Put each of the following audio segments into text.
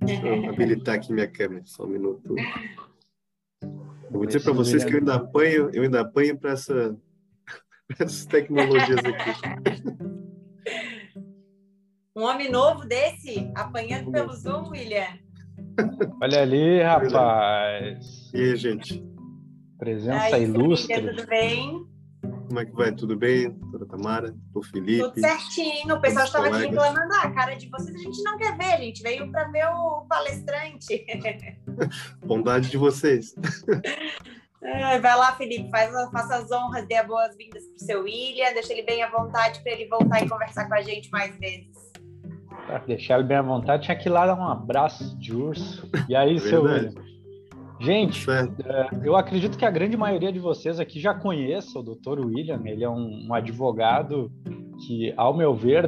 Deixa eu habilitar aqui minha câmera, só um minuto. Eu vou dizer para Deixa o vocês que William. eu ainda apanho para essas tecnologias aqui. Um homem novo desse, apanhando pelo Zoom, William. Olha ali, É verdade. rapaz. E aí, gente? Presença Aí, ilustre. William, tudo bem? Como é que vai? Tudo bem? Doutora Tamara? O Tudo Felipe? certinho. O Todos pessoal os estava aqui colegas? reclamando, a cara de vocês a gente não quer ver, a gente veio para ver o palestrante. Bondade de vocês. Vai lá, Felipe, faça as honras, dê as boas-vindas para o seu William, deixa ele bem à vontade para ele voltar e conversar com a gente mais vezes. Para deixar ele bem à vontade, tinha que ir lá dar um abraço de urso. E aí, seu William? Gente, eu acredito que a grande maioria de vocês aqui já conheça o Dr. William. Ele é um advogado que, ao meu ver,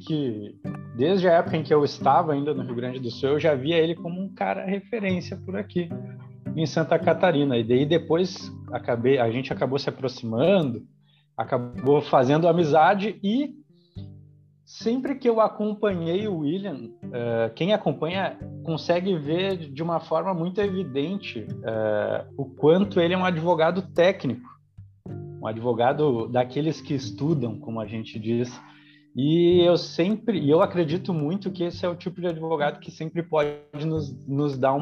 desde a época em que eu estava ainda no Rio Grande do Sul, eu já via ele como um cara referência por aqui, em Santa Catarina. E daí depois a gente acabou se aproximando, acabou fazendo amizade e sempre que eu acompanhei o William, quem acompanha consegue ver de uma forma muito evidente o quanto ele é um advogado técnico, um advogado daqueles que estudam, como a gente diz. E eu acredito muito que esse é o tipo de advogado que sempre pode nos dar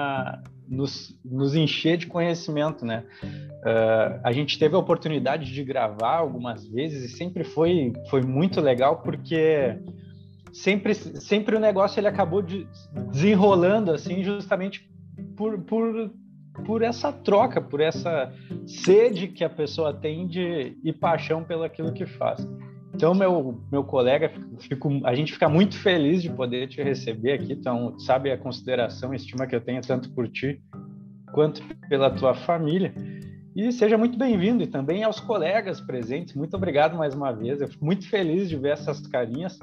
nos encher de conhecimento, né? A gente teve a oportunidade de gravar algumas vezes e sempre foi muito legal, porque sempre o negócio ele acabou desenrolando assim, justamente por essa troca, por essa sede que a pessoa tem e paixão pelo aquilo que faz. Então, meu colega, a gente fica muito feliz de poder te receber aqui. Então, sabe a consideração e estima que eu tenho tanto por ti quanto pela tua família. E seja muito bem-vindo, e também aos colegas presentes. Muito obrigado mais uma vez. Eu fico muito feliz de ver essas carinhas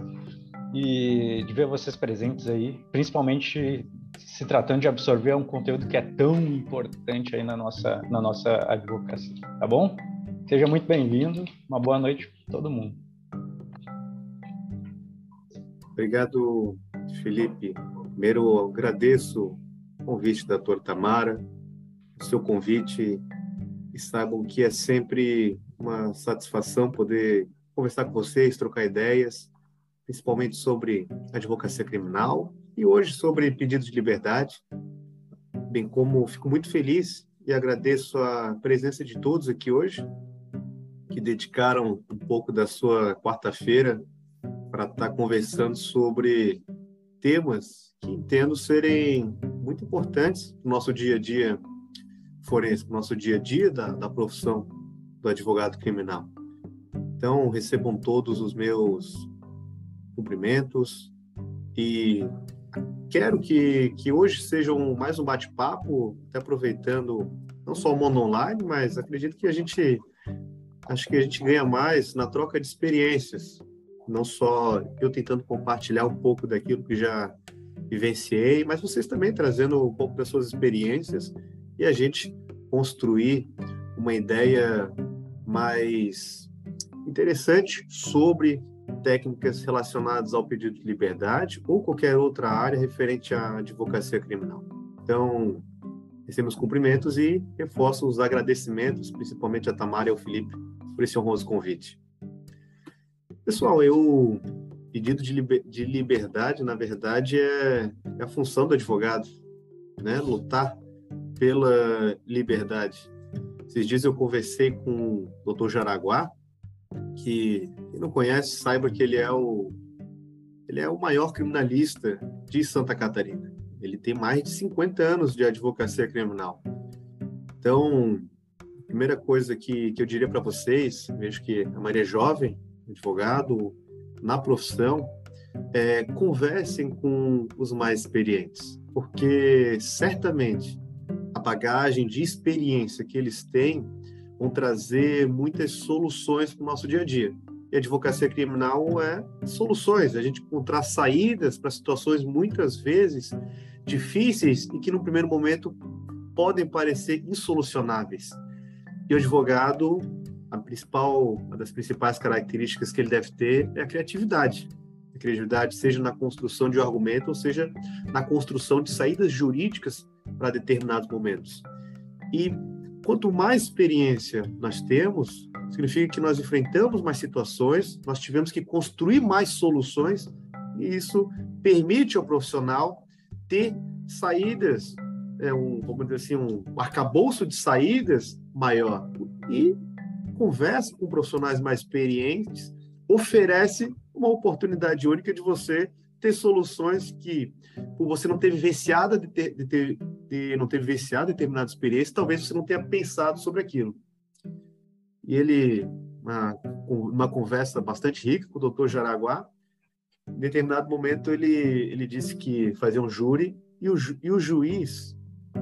e de ver vocês presentes aí, principalmente se tratando de absorver um conteúdo que é tão importante aí na nossa advocacia, tá bom? Seja muito bem-vindo. Uma boa noite para todo mundo. Obrigado, Felipe. Primeiro, eu agradeço o convite da doutora Tamara, o seu convite, e saibam que é sempre uma satisfação poder conversar com vocês, trocar ideias, principalmente sobre advocacia criminal e hoje sobre pedidos de liberdade, bem como fico muito feliz e agradeço a presença de todos aqui hoje, que dedicaram um pouco da sua quarta-feira para estar conversando sobre temas que entendo serem muito importantes no nosso dia a dia forense, no nosso dia a dia da profissão do advogado criminal. Então, recebam todos os meus cumprimentos e quero que hoje seja mais um bate-papo, até aproveitando não só o Mono Online, mas acredito que acho que a gente ganha mais na troca de experiências, não só eu tentando compartilhar um pouco daquilo que já vivenciei, mas vocês também trazendo um pouco das suas experiências e a gente construir uma ideia mais interessante sobre técnicas relacionadas ao pedido de liberdade ou qualquer outra área referente à advocacia criminal. Então, recebo os cumprimentos e reforço os agradecimentos, principalmente a Tamara e ao Felipe, por esse honroso convite. Pessoal, pedido de liberdade, na verdade, é a função do advogado, né? Lutar pela liberdade. Esses dias eu conversei com o Dr. Jaraguá, que quem não conhece, saiba que ele é o maior criminalista de Santa Catarina. Ele tem mais de 50 anos de advocacia criminal. Então, a primeira coisa que eu diria para vocês, vejo que a Maria é jovem, advogado, na profissão, conversem com os mais experientes, porque certamente a bagagem de experiência que eles têm vão trazer muitas soluções para o nosso dia a dia. E a advocacia criminal é soluções, a gente encontrar saídas para situações muitas vezes difíceis e que no primeiro momento podem parecer insolucionáveis. E o advogado, uma das principais características que ele deve ter é a criatividade. A credibilidade, seja na construção de um argumento, ou seja, na construção de saídas jurídicas para determinados momentos. E quanto mais experiência nós temos, significa que nós enfrentamos mais situações, nós tivemos que construir mais soluções, e isso permite ao profissional ter saídas, vamos dizer assim, um arcabouço de saídas maior. E conversa com profissionais mais experientes oferece uma oportunidade única de você ter soluções que, por você não ter vivenciado não ter vivenciado determinada experiência, talvez você não tenha pensado sobre aquilo. E ele, uma conversa bastante rica com o Dr. Jaraguá, em determinado momento ele disse que fazia um júri e o juiz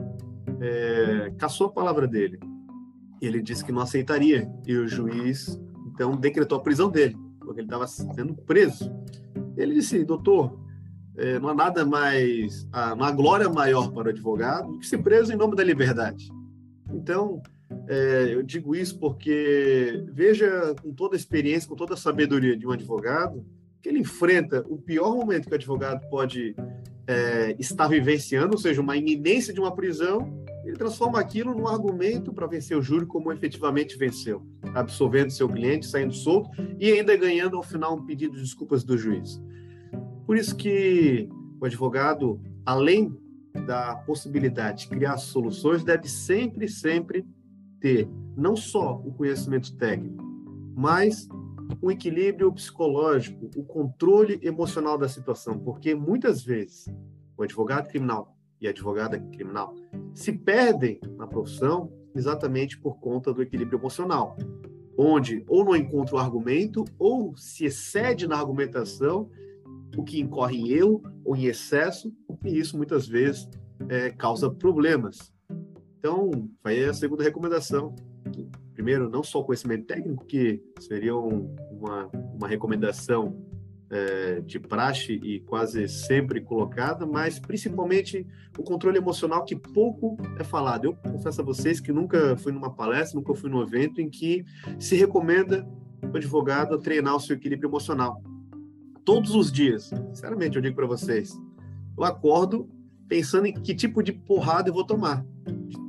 cassou a palavra dele. Ele disse que não aceitaria, e o juiz, então, decretou a prisão dele, porque ele estava sendo preso. Ele disse: doutor, não há nada mais, não há glória maior para o advogado do que ser preso em nome da liberdade. Então, eu digo isso porque veja, com toda a experiência, com toda a sabedoria de um advogado, que ele enfrenta o pior momento que o advogado pode estar vivenciando, ou seja, uma iminência de uma prisão. Ele transforma aquilo num argumento para vencer o júri, como efetivamente venceu, absolvendo seu cliente, saindo solto e ainda ganhando ao final um pedido de desculpas do juiz. Por isso que o advogado, além da possibilidade de criar soluções, deve sempre ter não só o conhecimento técnico, mas o equilíbrio psicológico, o controle emocional da situação, porque muitas vezes o advogado criminal e a advogada criminal se perdem na profissão exatamente por conta do equilíbrio emocional, onde ou não encontra o argumento ou se excede na argumentação, o que incorre em erro ou em excesso, e isso muitas vezes causa problemas. Então, vai a segunda recomendação. Primeiro, não só o conhecimento técnico, que seria uma recomendação de praxe e quase sempre colocada, mas principalmente o controle emocional, que pouco é falado. Eu confesso a vocês que nunca fui numa palestra, nunca fui num evento em que se recomenda o advogado treinar o seu equilíbrio emocional. Todos os dias, sinceramente, eu digo para vocês, eu acordo pensando em que tipo de porrada eu vou tomar. De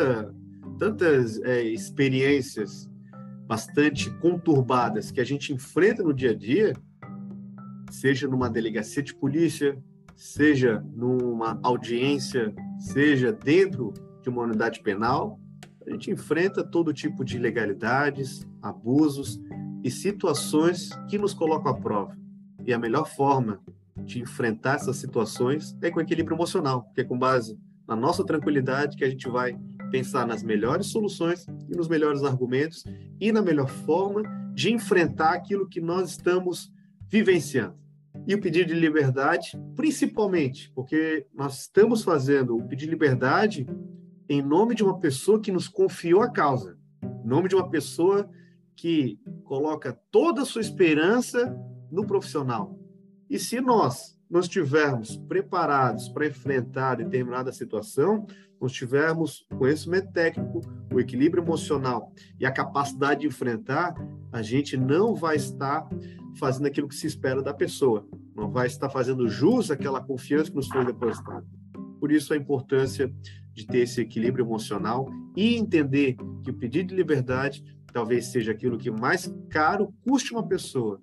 tantas experiências bastante conturbadas que a gente enfrenta no dia a dia, seja numa delegacia de polícia, seja numa audiência, seja dentro de uma unidade penal, a gente enfrenta todo tipo de ilegalidades, abusos e situações que nos colocam à prova. E a melhor forma de enfrentar essas situações é com equilíbrio emocional, porque é com base na nossa tranquilidade que a gente vai pensar nas melhores soluções e nos melhores argumentos e na melhor forma de enfrentar aquilo que nós estamos vivenciando. E o pedido de liberdade, principalmente, porque nós estamos fazendo o pedido de liberdade em nome de uma pessoa que nos confiou a causa, em nome de uma pessoa que coloca toda a sua esperança no profissional. E se nós não estivermos preparados para enfrentar determinada situação, não tivermos conhecimento técnico, o equilíbrio emocional e a capacidade de enfrentar, a gente não vai estar fazendo aquilo que se espera da pessoa, não vai estar fazendo jus àquela confiança que nos foi depositada. Por isso a importância de ter esse equilíbrio emocional e entender que o pedido de liberdade talvez seja aquilo que mais caro custe uma pessoa.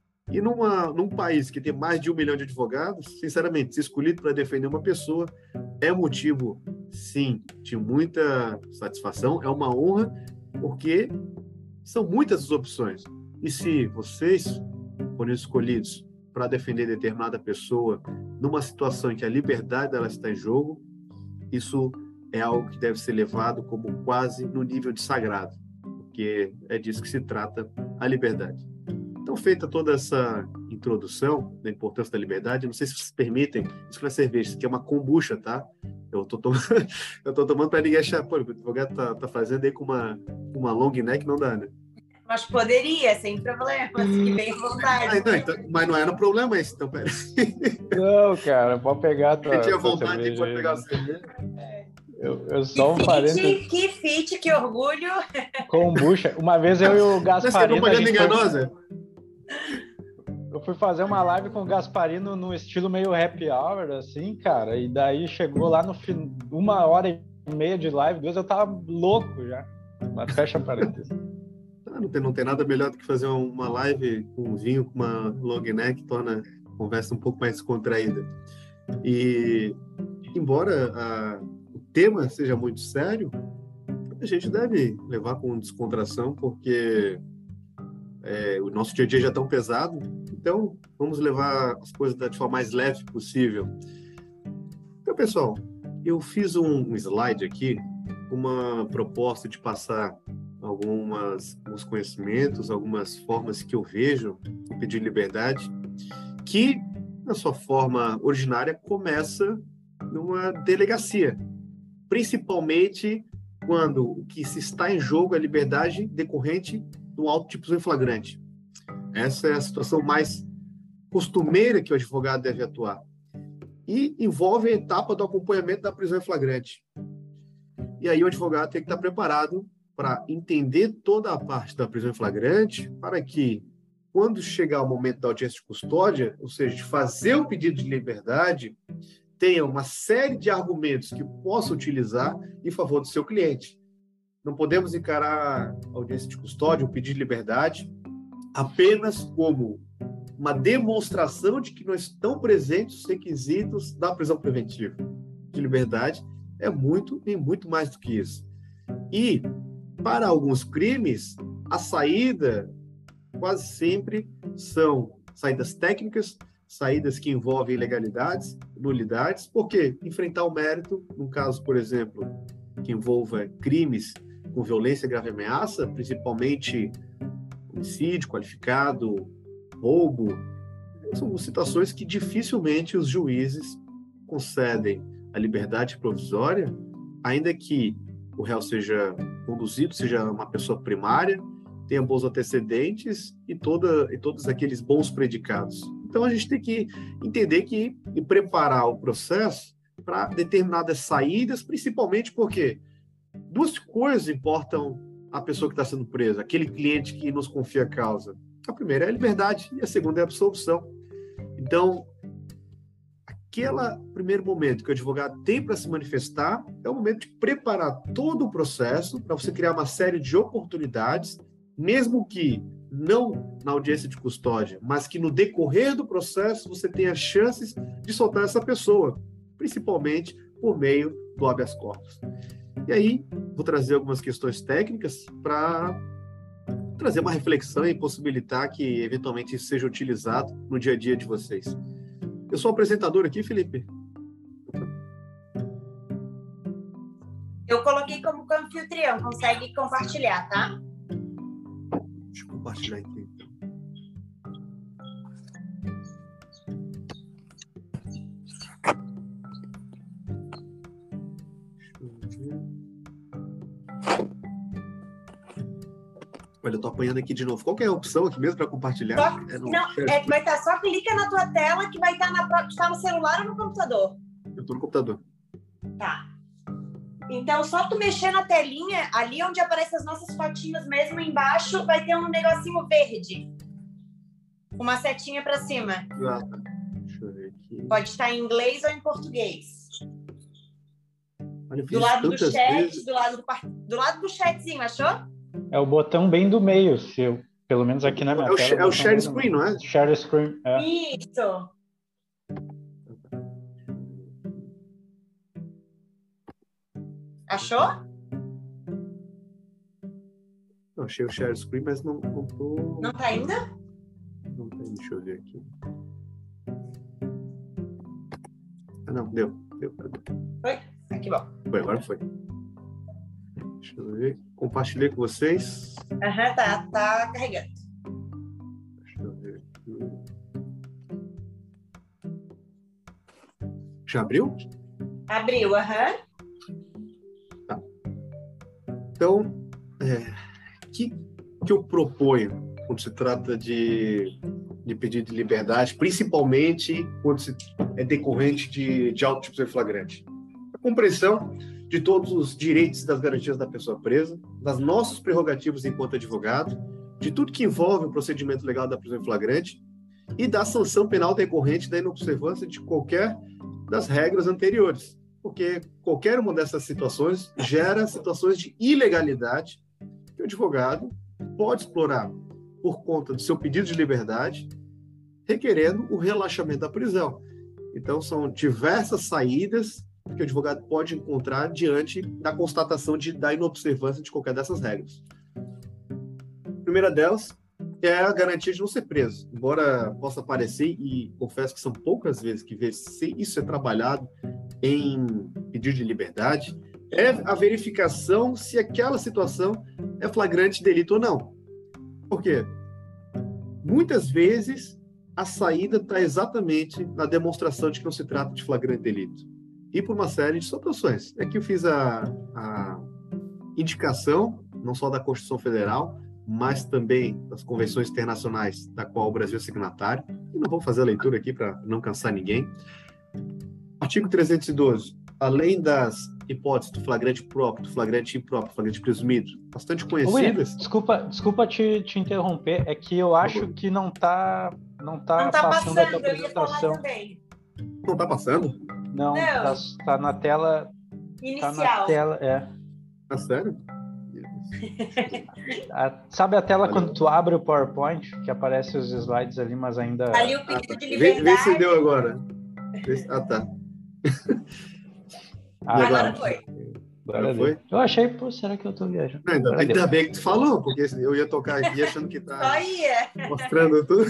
E num país que tem mais de 1 milhão de advogados, sinceramente, ser escolhido para defender uma pessoa é motivo, sim, de muita satisfação, é uma honra, porque são muitas as opções. E se vocês forem escolhidos para defender determinada pessoa numa situação em que a liberdade dela está em jogo, isso é algo que deve ser levado como quase no nível de sagrado, porque é disso que se trata a liberdade. Então, feita toda essa introdução da importância da liberdade, não sei se vocês permitem, isso não é cerveja, isso aqui é uma kombucha, tá? Eu tô tomando para ninguém achar, pô, o advogado tá fazendo aí com uma long neck, não dá, né? Mas poderia, sem problema, que bem à vontade. Então, mas não era um problema esse, então, pera. Não, cara, pode pegar a tua Você tinha vontade cerveja, de pode pegar a cerveja? Eu só um parênteses. Que fit, que orgulho. Kombucha. Uma vez eu e o Gasparino... Você propaganda enganosa? eu fui fazer uma live com o Gasparino no estilo meio happy hour, assim, cara, e daí chegou lá no fim, 1h30 de live, eu tava louco já. Mas fecha parênteses. Não tem nada melhor do que fazer uma live com um vinho, com uma long neck, que torna a conversa um pouco mais descontraída. E, embora o tema seja muito sério, a gente deve levar com descontração, porque o nosso dia a dia já é tão pesado. Então, vamos levar as coisas de forma mais leve possível. Então, pessoal, eu fiz um slide aqui, uma proposta de passar alguns conhecimentos, algumas formas que eu vejo o pedido de liberdade, que, na sua forma originária, começa numa delegacia, principalmente quando o que se está em jogo é a liberdade decorrente de um auto de prisão em flagrante. Essa é a situação mais costumeira que o advogado deve atuar. E envolve a etapa do acompanhamento da prisão em flagrante. E aí o advogado tem que estar preparado para entender toda a parte da prisão em flagrante, para que, quando chegar o momento da audiência de custódia, ou seja, de fazer o pedido de liberdade, tenha uma série de argumentos que possa utilizar em favor do seu cliente. Não podemos encarar a audiência de custódia, o pedido de liberdade, apenas como uma demonstração de que não estão presentes os requisitos da prisão preventiva. De liberdade é muito e muito mais do que isso. E, para alguns crimes, a saída quase sempre são saídas técnicas, saídas que envolvem ilegalidades, nulidades, porque enfrentar o mérito, num caso, por exemplo, que envolva crimes com violência, grave ameaça, principalmente homicídio qualificado, roubo, são situações que dificilmente os juízes concedem a liberdade provisória, ainda que o réu seja conduzido, seja uma pessoa primária, tenha bons antecedentes e todos aqueles bons predicados. Então, a gente tem que entender e preparar o processo para determinadas saídas, principalmente porque duas coisas importam a pessoa que está sendo presa, aquele cliente que nos confia a causa. A primeira é a liberdade e a segunda é a absolvição. Então, aquele primeiro momento que o advogado tem para se manifestar é o momento de preparar todo o processo para você criar uma série de oportunidades, mesmo que não na audiência de custódia, mas que no decorrer do processo você tenha chances de soltar essa pessoa, principalmente por meio do habeas corpus. E aí, vou trazer algumas questões técnicas para trazer uma reflexão e possibilitar que, eventualmente, isso seja utilizado no dia a dia de vocês. Eu sou o apresentador aqui, Felipe. Eu coloquei como anfitrião, consegue compartilhar, tá? Deixa eu compartilhar aqui. Olha, eu tô apanhando aqui de novo. Qual que é a opção aqui mesmo para compartilhar? Vai estar só clica na tua tela que vai estar no celular ou no computador? Eu tô no computador. Tá. Então, só tu mexer na telinha, ali onde aparecem as nossas fotinhas mesmo, embaixo vai ter um negocinho verde. Uma setinha para cima. Ah, tá. Deixa eu ver aqui. Pode estar em inglês ou em português. Olha, do lado do chat, vezes. do lado do chatzinho, achou? É o botão bem do meio, pelo menos aqui na minha tela. É o share screen, não é? Share screen, é. Isso. Achou? Eu achei o share screen, mas não tô... Não tá ainda? Não tem, deixa eu ver aqui. Ah, não, deu. Foi? Ah, que bom. Foi, agora foi. Deixa eu ver. Compartilhei com vocês. Aham, tá carregando. Deixa eu ver aqui. Já abriu? Abriu, aham. Tá. Então, o que eu proponho quando se trata de pedido de liberdade, principalmente quando é decorrente de auto de prisão em flagrante? A compreensão de todos os direitos e das garantias da pessoa presa, das nossas prerrogativas enquanto advogado, de tudo que envolve o procedimento legal da prisão em flagrante e da sanção penal decorrente da inobservância de qualquer das regras anteriores, porque qualquer uma dessas situações gera situações de ilegalidade que o advogado pode explorar por conta do seu pedido de liberdade, requerendo o relaxamento da prisão. Então, são diversas saídas que o advogado pode encontrar diante da constatação da inobservância de qualquer dessas regras. A primeira delas é a garantia de não ser preso. Embora possa parecer, e confesso que são poucas vezes que isso é trabalhado em pedido de liberdade, é a verificação se aquela situação é flagrante delito ou não. Por quê? Muitas vezes a saída está exatamente na demonstração de que não se trata de flagrante delito. E por uma série de situações. Aqui eu fiz a indicação, não só da Constituição Federal, mas também das convenções internacionais da qual o Brasil é signatário. E não vou fazer a leitura aqui para não cansar ninguém. Artigo 312. Além das hipóteses do flagrante próprio, do flagrante impróprio, do flagrante presumido, bastante conhecidas... Desculpa te interromper, é que eu acho que não tá passando a tua apresentação. Não está passando? Não. Tá na tela... Inicial. Tá na tela, Ah, sério? Sabe a tela quando tu abre o PowerPoint, que aparece os slides ali, mas ainda... Ali o pedido de liberdade. Vê se deu agora. Tá. Agora foi. Agora foi? Eu achei, será que eu tô viajando? Ainda bem que tu falou, porque eu ia tocar aqui achando que tá mostrando tudo.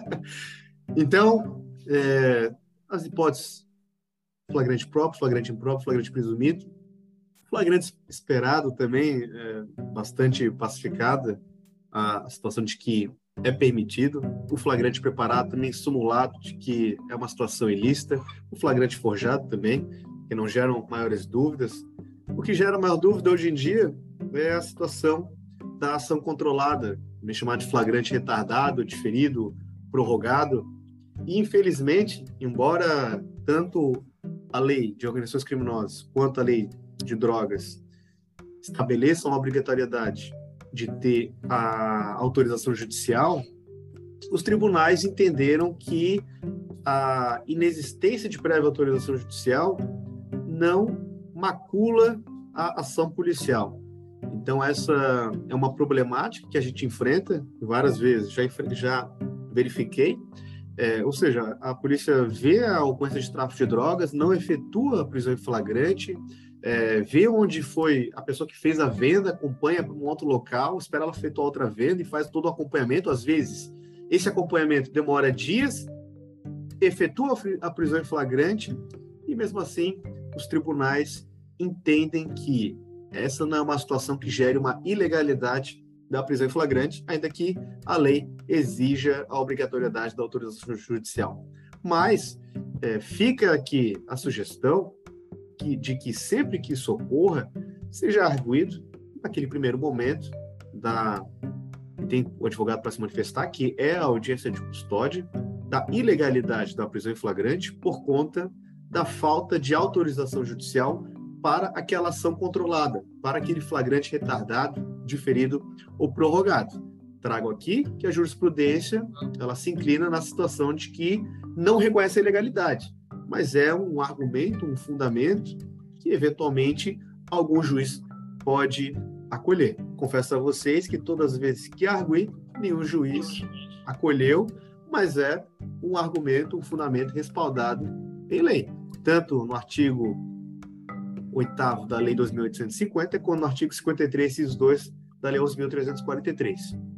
Então, as hipóteses flagrante próprio, flagrante impróprio, flagrante presumido, flagrante esperado também, bastante pacificada a situação de que é permitido, o flagrante preparado também simulado de que é uma situação ilícita, o flagrante forjado também, que não geram maiores dúvidas. O que gera maior dúvida hoje em dia é a situação da ação controlada, também chamada de flagrante retardado, diferido, prorrogado. E, infelizmente, embora tanto a lei de organizações criminosas quanto a lei de drogas estabeleçam a obrigatoriedade de ter a autorização judicial, os tribunais entenderam que a inexistência de prévia autorização judicial não macula a ação policial. Então, essa é uma problemática que a gente enfrenta várias vezes, já verifiquei, ou seja, a polícia vê a ocorrência de tráfico de drogas, não efetua a prisão em flagrante, vê onde foi a pessoa que fez a venda, acompanha para um outro local, espera ela efetuar outra venda e faz todo o acompanhamento. Às vezes, esse acompanhamento demora dias, efetua a prisão em flagrante e, mesmo assim, os tribunais entendem que essa não é uma situação que gere uma ilegalidade da prisão em flagrante, ainda que a lei exija a obrigatoriedade da autorização judicial. Mas fica aqui a sugestão de que sempre que isso ocorra, seja arguido naquele primeiro momento tem o advogado para se manifestar, que é a audiência de custódia, da ilegalidade da prisão em flagrante por conta da falta de autorização judicial para aquela ação controlada, para aquele flagrante retardado, diferido ou prorrogado. Trago aqui que a jurisprudência ela se inclina na situação de que não reconhece a ilegalidade, mas é um argumento, um fundamento que, eventualmente, algum juiz pode acolher. Confesso a vocês que todas as vezes que arguí, nenhum juiz acolheu, mas é um argumento, um fundamento respaldado em lei, tanto no artigo 8º da Lei 2.850, quanto no artigo 53, inciso 2 da Lei 11.343.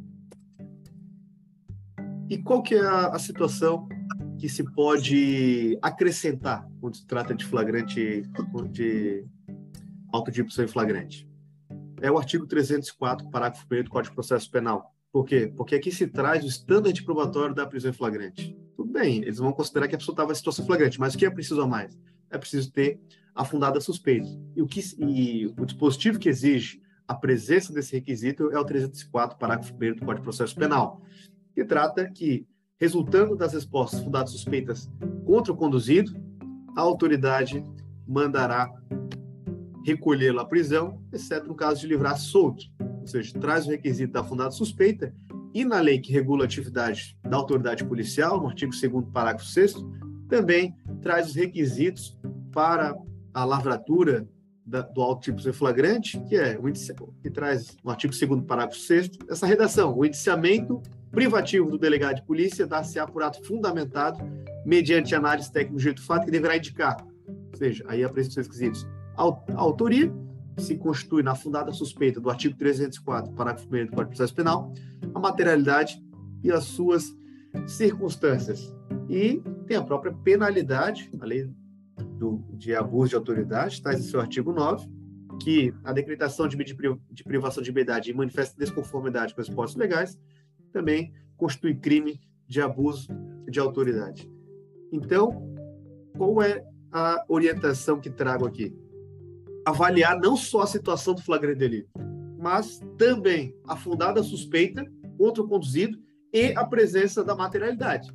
E qual que é a situação que se pode acrescentar quando se trata de flagrante, de auto de prisão em flagrante? É o artigo 304, parágrafo 1º do Código de Processo Penal. Por quê? Porque aqui se traz o estándar probatório da prisão em flagrante. Tudo bem, eles vão considerar que a pessoa estava em situação flagrante, mas o que é preciso a mais? É preciso ter a fundada suspeita. E o dispositivo que exige a presença desse requisito é o 304, parágrafo 1º do Código de Processo Penal, que trata que, resultando das respostas fundadas suspeitas contra o conduzido, a autoridade mandará recolhê-lo à prisão, exceto no caso de livrar solto. Ou seja, traz o requisito da fundada suspeita e na lei que regula a atividade da autoridade policial, no artigo 2º, parágrafo 6º, também traz os requisitos para a lavratura do auto de prisão em flagrante, que traz no artigo 2º, parágrafo 6º, essa redação: o indiciamento privativo do delegado de polícia dar-se-á por ato fundamentado mediante análise técnica do direito do fato, que deverá indicar, ou seja, aí apresenta os requisitos: a autoria, que se constitui na fundada suspeita do artigo 304, parágrafo 1º do Código de Processo Penal, a materialidade e as suas circunstâncias. E tem a própria penalidade, a lei de abuso de autoridade, está em seu artigo 9, que a decretação de medida de privação de liberdade e manifesta desconformidade com as hipóteses legais também constitui crime de abuso de autoridade. Então, qual é a orientação que trago aqui? Avaliar não só a situação do flagrante delito, mas também a fundada suspeita contra o conduzido e a presença da materialidade.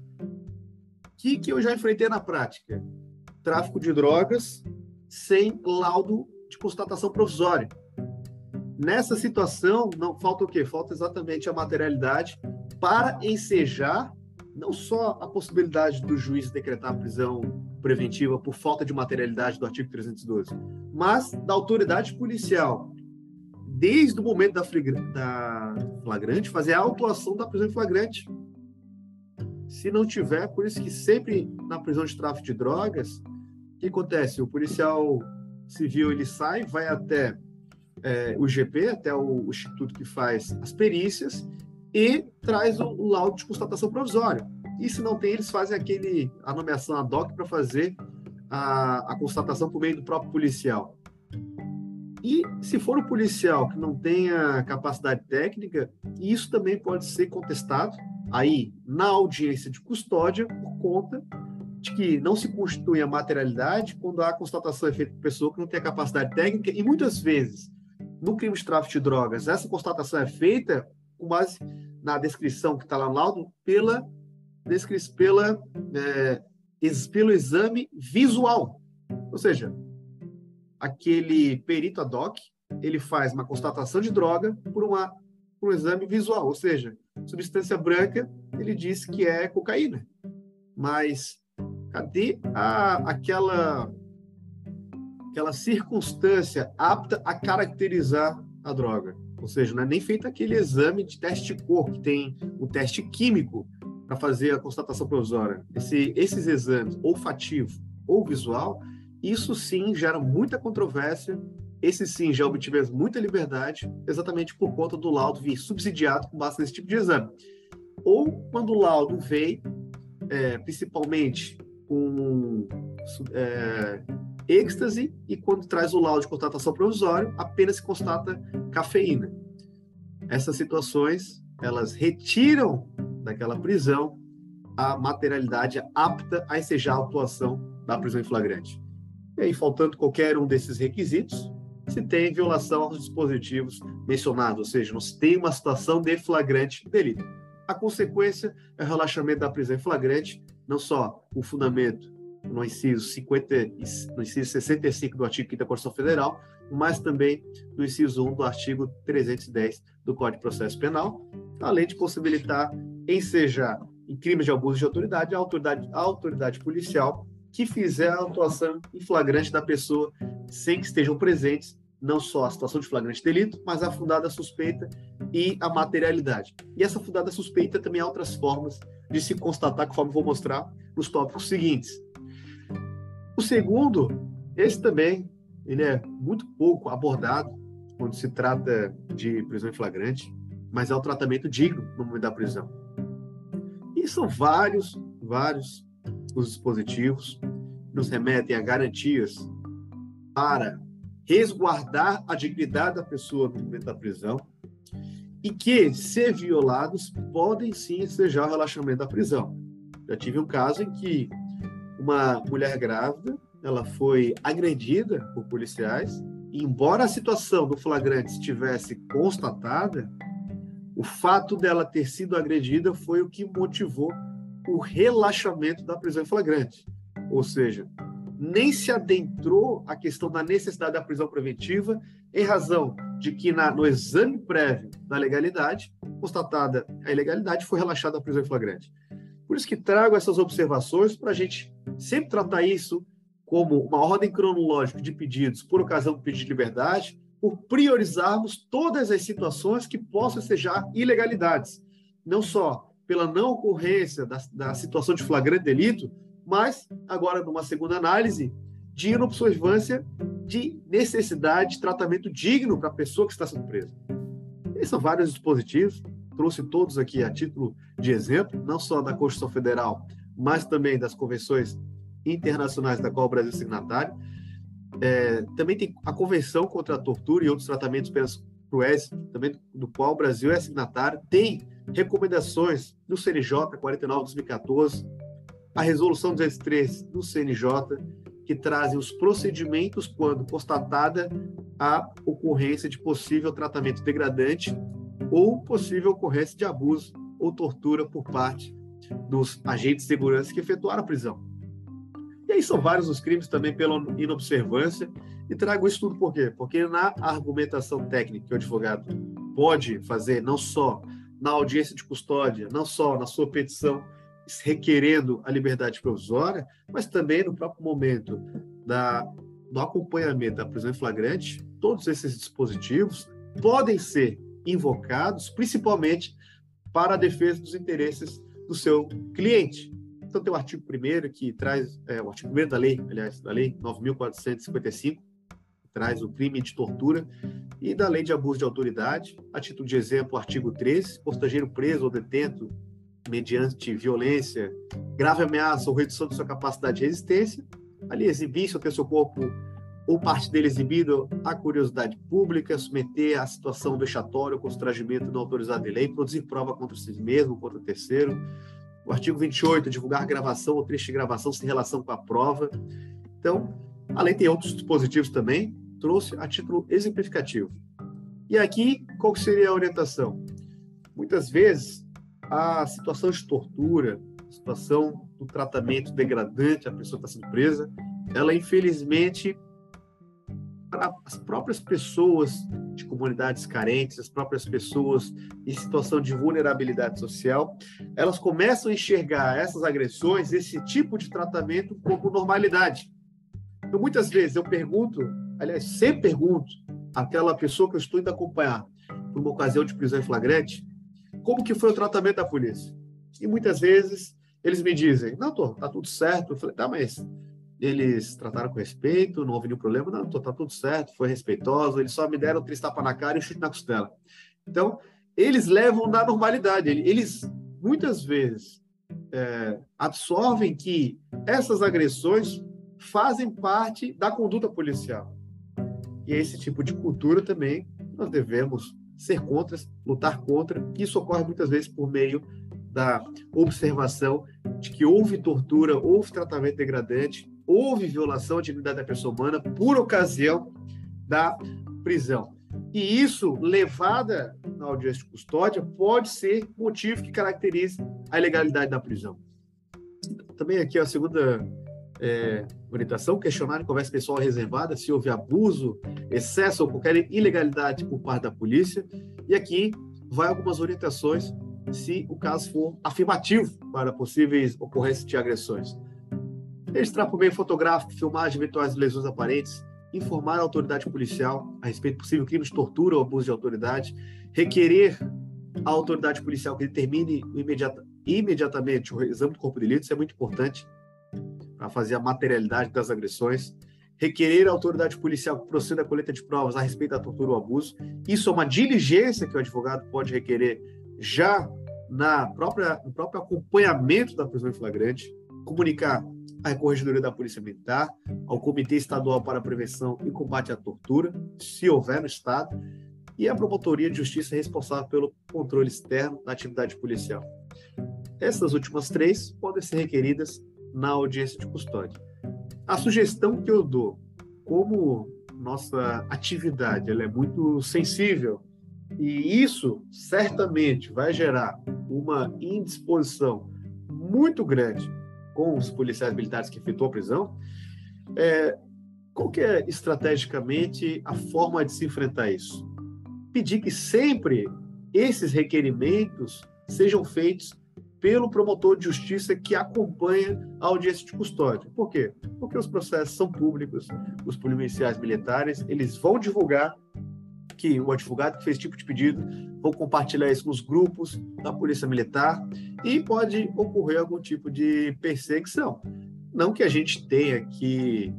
Que eu já enfrentei na prática? Tráfico de drogas sem laudo de constatação provisória. Nessa situação, não falta o quê? Falta exatamente a materialidade para ensejar não só a possibilidade do juiz decretar a prisão preventiva por falta de materialidade do artigo 312, mas da autoridade policial, desde o momento da flagrante, fazer a autuação da prisão em flagrante. Se não tiver, por isso que sempre na prisão de tráfico de drogas, o que acontece? O policial civil, ele sai, vai até o IGP, até o instituto que faz as perícias, e traz o laudo de constatação provisória. E se não tem, eles fazem a nomeação ad hoc para fazer a constatação por meio do próprio policial. E se for um policial que não tenha capacidade técnica, isso também pode ser contestado aí na audiência de custódia por conta de que não se constitui a materialidade quando a constatação é feita por pessoa que não tem a capacidade técnica, e muitas vezes, no crime de tráfico de drogas, essa constatação é feita com base na descrição que está lá no laudo pelo exame visual. Ou seja, aquele perito ad hoc, ele faz uma constatação de droga por um exame visual, ou seja, substância branca, ele diz que é cocaína. Mas cadê aquela circunstância apta a caracterizar a droga? Ou seja, não é nem feito aquele exame de teste de cor, que tem um teste químico para fazer a constatação provisória. Esses exames, olfativo ou visual, isso sim gera muita controvérsia, esse sim já obtivemos muita liberdade, exatamente por conta do laudo vir subsidiado com base nesse tipo de exame. Ou quando o laudo veio, principalmente com êxtase, e quando traz o laudo de constatação provisória, apenas se constata cafeína. Essas situações, elas retiram daquela prisão a materialidade apta a ensejar a atuação da prisão em flagrante. E aí, faltando qualquer um desses requisitos, se tem violação aos dispositivos mencionados, ou seja, não se tem uma situação de flagrante delito. A consequência é o relaxamento da prisão em flagrante, não só o fundamento no inciso 65 do artigo 5º da Constituição Federal, mas também no inciso 1 do artigo 310 do Código de Processo Penal, além de possibilitar ensejar em crimes de abuso de autoridade a autoridade policial que fizer a atuação em flagrante da pessoa sem que estejam presentes não só a situação de flagrante delito, mas a fundada suspeita e a materialidade. E essa fundada suspeita também há outras formas de se constatar, conforme vou mostrar nos tópicos seguintes. O segundo, esse também, ele é muito pouco abordado quando se trata de prisão em flagrante, mas é o tratamento digno no momento da prisão. E são vários os dispositivos que nos remetem a garantias para resguardar a dignidade da pessoa no momento da prisão e que, se violados, podem sim ensejar o relaxamento da prisão. Já tive um caso em que uma mulher grávida, ela foi agredida por policiais e, embora a situação do flagrante estivesse constatada, o fato dela ter sido agredida foi o que motivou o relaxamento da prisão em flagrante. Ou seja, nem se adentrou a questão da necessidade da prisão preventiva, em razão de que no exame prévio da legalidade constatada a ilegalidade, foi relaxada a prisão em flagrante. Por isso que trago essas observações para a gente sempre tratar isso como uma ordem cronológica de pedidos por ocasião do pedido de liberdade, por priorizarmos todas as situações que possam ensejar ilegalidades, não só pela não ocorrência da situação de flagrante delito, mas agora numa segunda análise de inobservância de necessidade de tratamento digno para a pessoa que está sendo presa. Esses são vários dispositivos, trouxe todos aqui a título de exemplo, não só da Constituição Federal, mas também das convenções internacionais da qual o Brasil é signatário. Também tem a Convenção contra a Tortura e outros tratamentos penas cruéis, também do qual o Brasil é signatário. Tem recomendações do CNJ 49/2014, a Resolução 203 do CNJ, que trazem os procedimentos quando constatada a ocorrência de possível tratamento degradante ou possível ocorrência de abuso ou tortura por parte dos agentes de segurança que efetuaram a prisão. E aí são vários os crimes também pela inobservância, e trago isso tudo por quê? Porque na argumentação técnica que o advogado pode fazer, não só na audiência de custódia, não só na sua petição requerendo a liberdade provisória, mas também no próprio momento do acompanhamento da prisão em flagrante, todos esses dispositivos podem ser invocados, principalmente para a defesa dos interesses do seu cliente. Então, tem o artigo 1º que traz, o artigo 1º da lei, aliás, da lei 9.455, que traz o crime de tortura, e da lei de abuso de autoridade. A título de exemplo, o artigo 13, por estrangeiro preso ou detento mediante violência, grave ameaça ou redução de sua capacidade de resistência, ali exibir-se ou ter seu corpo ou parte dele exibido à curiosidade pública, submeter à situação vexatória ou constrangimento não autorizado em lei, produzir prova contra si mesmo, contra o terceiro. O artigo 28, divulgar gravação ou trecho de gravação sem relação com a prova. Então, a lei tem outros dispositivos também, trouxe a título exemplificativo. E aqui, qual seria a orientação? Muitas vezes, a situação de tortura, a situação do tratamento degradante à pessoa que está sendo presa, ela, infelizmente, para as próprias pessoas de comunidades carentes, as próprias pessoas em situação de vulnerabilidade social, elas começam a enxergar essas agressões, esse tipo de tratamento como normalidade. Então, muitas vezes eu pergunto, aliás, sempre pergunto àquela pessoa que eu estou indo acompanhar por uma ocasião de prisão em flagrante, como que foi o tratamento da polícia? E muitas vezes eles me dizem, não, tá tudo certo. Eu falei, tá, mas eles trataram com respeito, não houve nenhum problema. Não, tá tudo certo, foi respeitoso, eles só me deram 3 tapas na cara e um chute na costela. Então, eles levam na normalidade. Eles, muitas vezes, absorvem que essas agressões fazem parte da conduta policial. E esse tipo de cultura também nós devemos ser contra, lutar contra. Isso ocorre muitas vezes por meio da observação de que houve tortura, houve tratamento degradante, houve violação à dignidade da pessoa humana por ocasião da prisão. E isso, levada na audiência de custódia, pode ser motivo que caracterize a ilegalidade da prisão. Também aqui a segunda orientação, questionário de conversa pessoal reservada, se houve abuso, excesso ou qualquer ilegalidade por parte da polícia. E aqui vai algumas orientações se o caso for afirmativo para possíveis ocorrências de agressões. Registrar por meio fotográfico, filmagem de eventuais lesões aparentes, informar a autoridade policial a respeito de possível crime de tortura ou abuso de autoridade, requerer à autoridade policial que determine imediatamente o exame do corpo de delito, isso é muito importante para fazer a materialidade das agressões, requerer à autoridade policial que proceda à coleta de provas a respeito da tortura ou abuso. Isso é uma diligência que o advogado pode requerer já no próprio acompanhamento da prisão em flagrante, comunicar à Corregedoria da Polícia Militar, ao Comitê Estadual para a Prevenção e Combate à Tortura, se houver no Estado, e à Promotoria de Justiça responsável pelo controle externo da atividade policial. Essas últimas 3 podem ser requeridas na audiência de custódia. A sugestão que eu dou, como nossa atividade ela é muito sensível, e isso certamente vai gerar uma indisposição muito grande com os policiais militares que efetuam a prisão, qual que é estrategicamente a forma de se enfrentar isso? Pedir que sempre esses requerimentos sejam feitos pelo promotor de justiça que acompanha a audiência de custódia. Por quê? Porque os processos são públicos, os policiais militares, eles vão divulgar que o advogado que fez esse tipo de pedido, vão compartilhar isso nos grupos da Polícia Militar e pode ocorrer algum tipo de perseguição. Não que a gente tenha que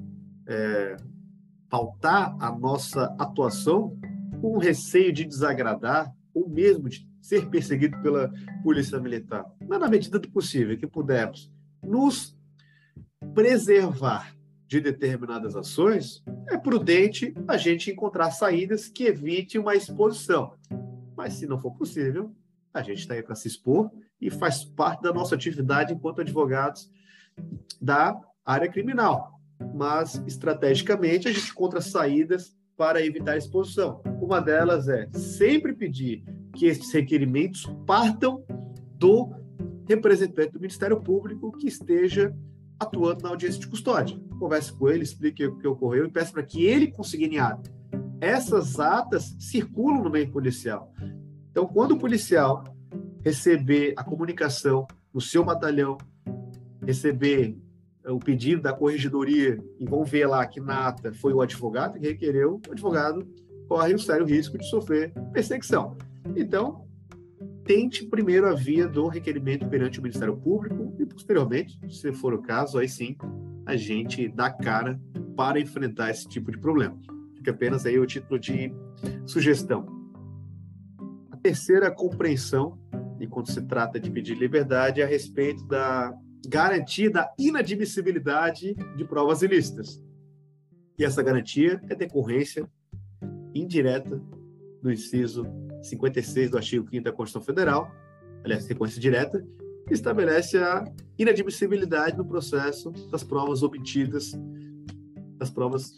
pautar a nossa atuação com receio de desagradar ou mesmo de ser perseguido pela Polícia Militar. Mas, na medida do possível que pudermos nos preservar de determinadas ações, é prudente a gente encontrar saídas que evite uma exposição. Mas, se não for possível, a gente está aí para se expor e faz parte da nossa atividade enquanto advogados da área criminal. Mas, estrategicamente, a gente encontra saídas para evitar a exposição. Uma delas é sempre pedir que esses requerimentos partam do representante do Ministério Público que esteja atuando na audiência de custódia. Converse com ele, explique o que ocorreu e peça para que ele consigne ata. Essas atas circulam no meio policial. Então, quando o policial receber a comunicação no seu batalhão, receber o pedido da corregedoria e vão ver lá que na ata foi o advogado que requereu, o advogado corre o sério risco de sofrer perseguição. Então, tente primeiro a via do requerimento perante o Ministério Público e, posteriormente, se for o caso, aí sim, a gente dá cara para enfrentar esse tipo de problema. Fica apenas aí o título de sugestão. A terceira compreensão, e quando se trata de pedir liberdade, é a respeito da garantia da inadmissibilidade de provas ilícitas. E essa garantia é decorrência indireta do inciso 56 do artigo 5º da Constituição Federal, aliás, sequência direta, que estabelece a inadmissibilidade no processo das provas obtidas, das provas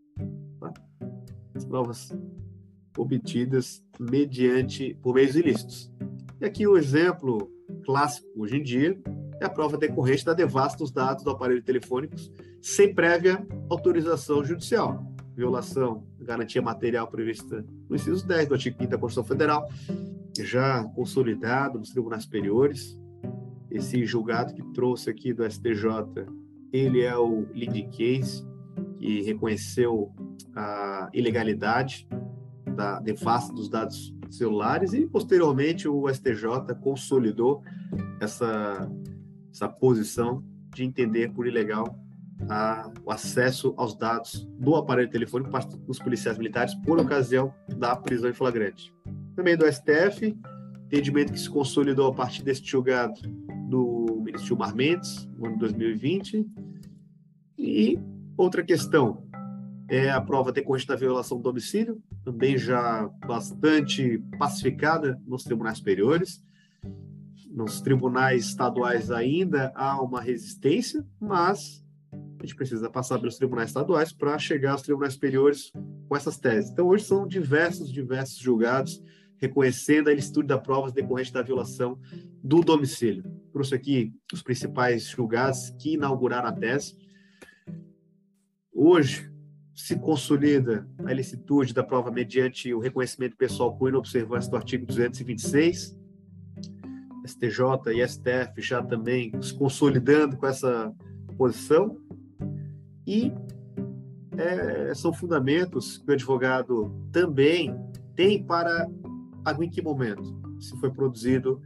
obtidas por meios ilícitos. E aqui o exemplo clássico hoje em dia é a prova decorrente da devassa dos dados do aparelho telefônico sem prévia autorização judicial. Violação da garantia material prevista no inciso 10 do artigo 5º da Constituição Federal, já consolidado nos tribunais superiores. Esse julgado que trouxe aqui do STJ, ele é o lead case, que reconheceu a ilegalidade da devassa dos dados celulares e, posteriormente, o STJ consolidou essa posição de entender por ilegal o acesso aos dados do aparelho telefônico para os policiais militares por ocasião da prisão em flagrante. Também do STF, entendimento que se consolidou a partir deste julgado do ministro Gilmar Mendes, no ano de 2020. E outra questão é a prova decorrente da violação do domicílio, também já bastante pacificada nos tribunais superiores. Nos tribunais estaduais ainda há uma resistência, mas a gente precisa passar pelos tribunais estaduais para chegar aos tribunais superiores com essas teses. Então, hoje são diversos julgados reconhecendo a ilicitude da prova decorrente da violação do domicílio. Trouxe aqui os principais julgados que inauguraram a tese. Hoje, se consolida a ilicitude da prova mediante o reconhecimento pessoal por inobservância do artigo 226, STJ e STF já também se consolidando com essa posição, e são fundamentos que o advogado também tem para em que momento, se foi produzido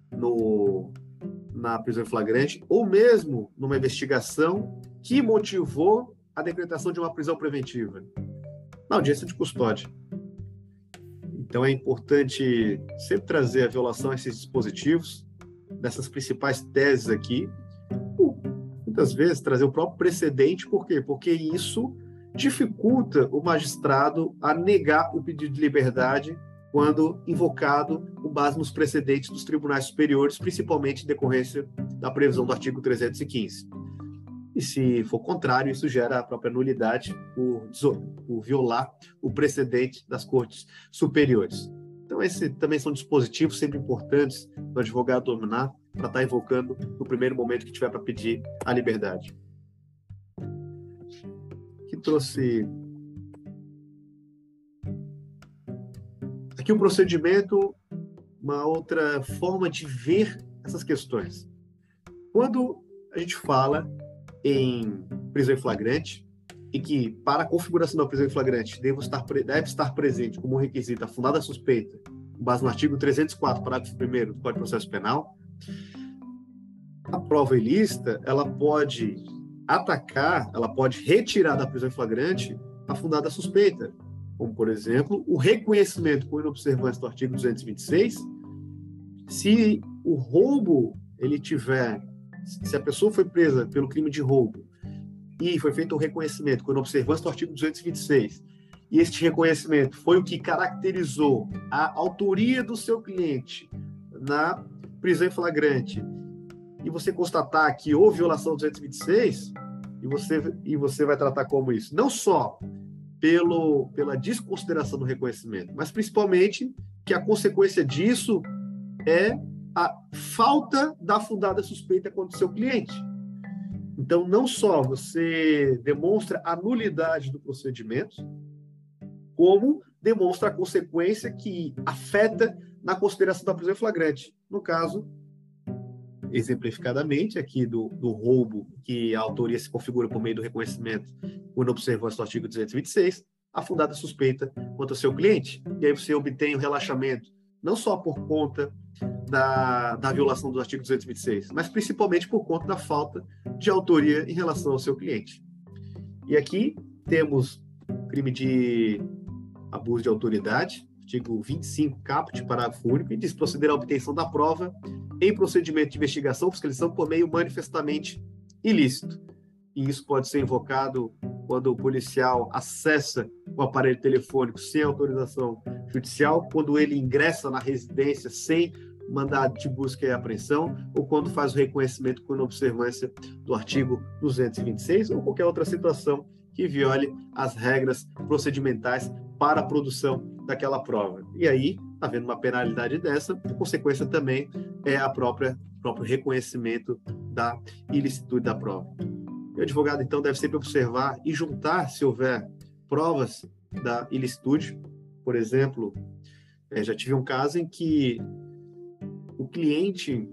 na prisão em flagrante, ou mesmo numa investigação que motivou a decretação de uma prisão preventiva, na audiência de custódia. Então, é importante sempre trazer a violação a esses dispositivos, dessas principais teses aqui, muitas vezes trazer o próprio precedente. Por quê? Porque isso dificulta o magistrado a negar o pedido de liberdade quando invocado com base nos precedentes dos tribunais superiores, principalmente em decorrência da previsão do artigo 315. E se for contrário, isso gera a própria nulidade por violar o precedente das cortes superiores. Então, esses também são dispositivos sempre importantes do advogado dominar para estar invocando no primeiro momento que tiver para pedir a liberdade. Aqui trouxe aqui o procedimento uma outra forma de ver essas questões. Quando a gente fala em prisão em flagrante, e que para a configuração da prisão em flagrante deve estar presente como requisito a fundada suspeita, com base no artigo 304, parágrafo 1º do Código de Processo Penal, a prova ilícita, ela pode atacar, ela pode retirar da prisão em flagrante a fundada suspeita, como, por exemplo, o reconhecimento com inobservância do artigo 226, se o roubo, se a pessoa foi presa pelo crime de roubo e foi feito o reconhecimento com inobservância do artigo 226, e este reconhecimento foi o que caracterizou a autoria do seu cliente na prisão em flagrante, e você constatar que houve violação do 226, e você vai tratar como isso, não só pela desconsideração do reconhecimento, mas principalmente que a consequência disso é a falta da fundada suspeita contra o seu cliente. Então, não só você demonstra a nulidade do procedimento, como demonstra a consequência que afeta na consideração da prisão em flagrante. No caso, exemplificadamente, aqui do roubo, que a autoria se configura por meio do reconhecimento por inobservância do artigo 226, a fundada suspeita contra o seu cliente. E aí você obtém o relaxamento, não só por conta da violação do artigo 226, mas principalmente por conta da falta de autoria em relação ao seu cliente. E aqui temos crime de abuso de autoridade, artigo 25, caput, parágrafo único, e diz proceder à obtenção da prova em procedimento de investigação ou fiscalização por meio manifestamente ilícito. E isso pode ser invocado quando o policial acessa o aparelho telefônico sem autorização judicial, quando ele ingressa na residência sem mandado de busca e apreensão, ou quando faz o reconhecimento com observância do artigo 226, ou qualquer outra situação que viole as regras procedimentais para a produção daquela prova. E aí, havendo uma penalidade dessa, a consequência também é o próprio reconhecimento da ilicitude da prova. O advogado, então, deve sempre observar e juntar, se houver provas da ilicitude. Por exemplo, já tive um caso em que o cliente,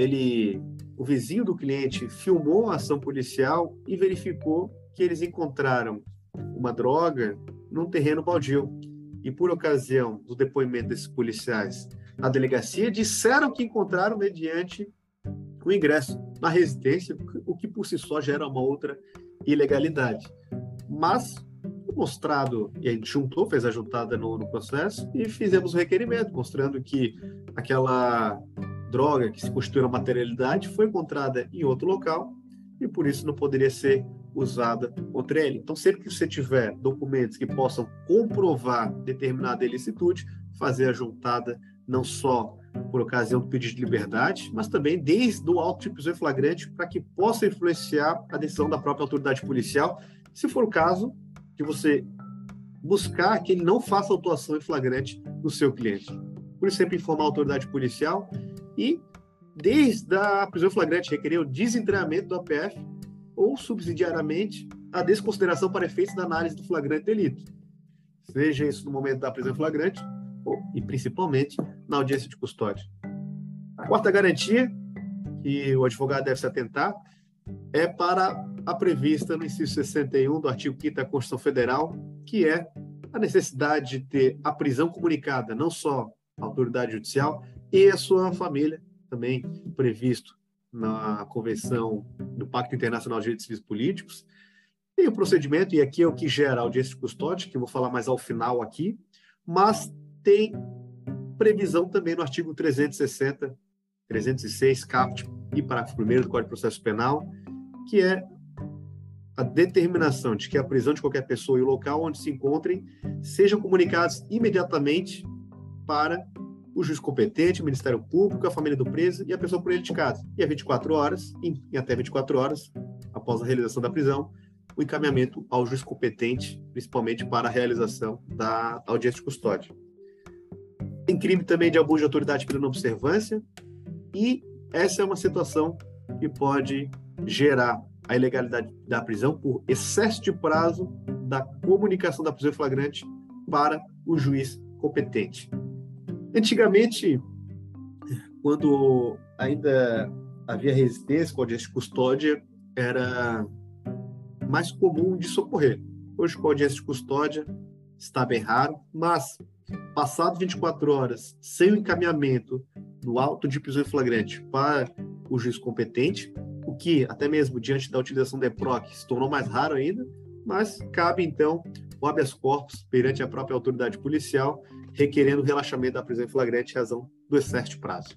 o vizinho do cliente filmou a ação policial e verificou que eles encontraram uma droga num terreno baldio. E por ocasião do depoimento desses policiais na delegacia, disseram que encontraram mediante o ingresso na residência, o que por si só gera uma outra ilegalidade. Mas, mostrado, e a gente fez a juntada no processo e fizemos o requerimento, mostrando que aquela droga que se constitui na materialidade foi encontrada em outro local e por isso não poderia ser usada contra ele. Então, sempre que você tiver documentos que possam comprovar determinada ilicitude, fazer a juntada não só por ocasião do pedido de liberdade, mas também desde o auto de prisão em flagrante, para que possa influenciar a decisão da própria autoridade policial, se for o caso de você buscar que ele não faça autuação em flagrante no seu cliente. Por isso, sempre informar a autoridade policial e, desde a prisão em flagrante, requerer o desentranhamento do APF ou, subsidiariamente, a desconsideração para efeitos da análise do flagrante delito. Seja isso no momento da prisão em flagrante e, principalmente, na audiência de custódia. A quarta garantia que o advogado deve se atentar é para a prevista no inciso 61 do artigo 5º da Constituição Federal, que é a necessidade de ter a prisão comunicada, não só à autoridade judicial e à sua família, também previsto na Convenção do Pacto Internacional de Direitos Civis e Políticos. Tem o procedimento, e aqui é o que gera a audiência de custódia, que eu vou falar mais ao final aqui, mas tem previsão também no artigo 360, 306, caput e parágrafo 1º do Código de Processo Penal, que é a determinação de que a prisão de qualquer pessoa e o local onde se encontrem sejam comunicados imediatamente para o juiz competente, o Ministério Público, a família do preso e a pessoa por ele indicada. E a 24 horas, em até 24 horas, após a realização da prisão, o encaminhamento ao juiz competente, principalmente para a realização da audiência de custódia. Tem crime também de abuso de autoridade pela inobservância, e essa é uma situação que pode gerar a ilegalidade da prisão por excesso de prazo da comunicação da prisão em flagrante para o juiz competente. Antigamente, quando ainda havia resistência com a audiência de custódia, era mais comum de socorrer. Hoje, com a audiência de custódia, está bem raro, mas, passado 24 horas, sem o encaminhamento do auto de prisão em flagrante para o juiz competente, o que, até mesmo diante da utilização da EPROC, se tornou mais raro ainda, mas cabe, então, o habeas corpus perante a própria autoridade policial, requerendo o relaxamento da prisão em flagrante em razão do excesso de prazo.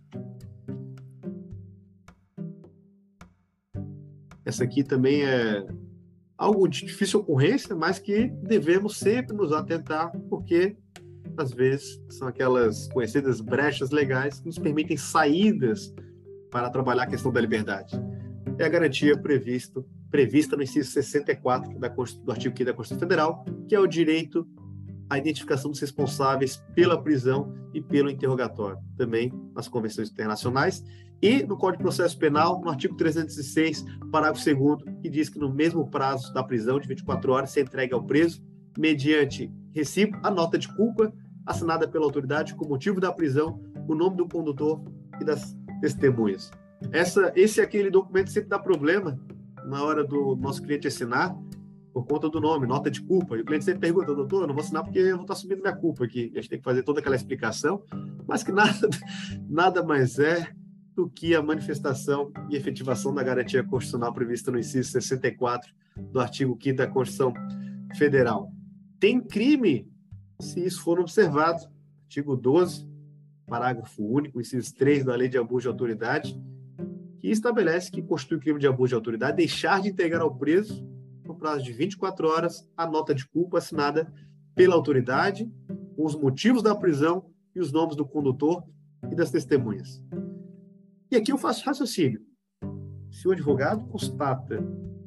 Essa aqui também é algo de difícil ocorrência, mas que devemos sempre nos atentar, porque, às vezes, são aquelas conhecidas brechas legais que nos permitem saídas para trabalhar a questão da liberdade. É a garantia prevista no inciso 64 do artigo 5º da Constituição Federal, que é o direito à identificação dos responsáveis pela prisão e pelo interrogatório, também nas convenções internacionais, e no Código de Processo Penal, no artigo 306, parágrafo 2º, que diz que no mesmo prazo da prisão de 24 horas se entrega ao preso, mediante recibo, a nota de culpa assinada pela autoridade com motivo da prisão, o nome do condutor e das testemunhas. Esse é aquele documento que sempre dá problema na hora do nosso cliente assinar, por conta do nome, nota de culpa. E o cliente sempre pergunta: doutor, eu não vou assinar porque eu vou estar assumindo minha culpa aqui. A gente tem que fazer toda aquela explicação, mas que nada mais é do que a manifestação e efetivação da garantia constitucional prevista no inciso 64 do artigo 5º da Constituição Federal. Tem crime se isso for observado. Artigo 12, parágrafo único, inciso 3 da Lei de Abuso de Autoridade, que estabelece que constitui crime de abuso de autoridade deixar de entregar ao preso, no prazo de 24 horas, a nota de culpa assinada pela autoridade, com os motivos da prisão e os nomes do condutor e das testemunhas. E aqui eu faço raciocínio. Se o advogado constata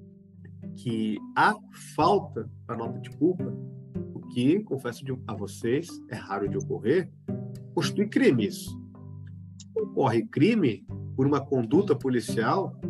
que há falta da nota de culpa, o que, confesso a vocês, é raro de ocorrer, constitui crime isso. Ocorre crime por uma conduta policial,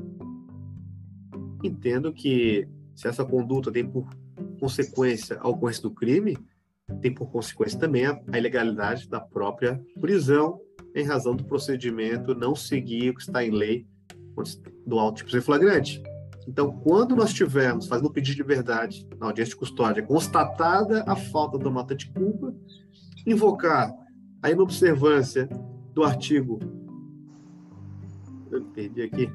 entendo que se essa conduta tem por consequência a ocorrência do crime, tem por consequência também a ilegalidade da própria prisão, em razão do procedimento não seguir o que está em lei do auto de prisão em flagrante. Então, quando nós tivermos, fazendo um pedido de liberdade na audiência de custódia, constatada a falta da nota de culpa, invocar a inobservância do artigo... Eu perdi aqui.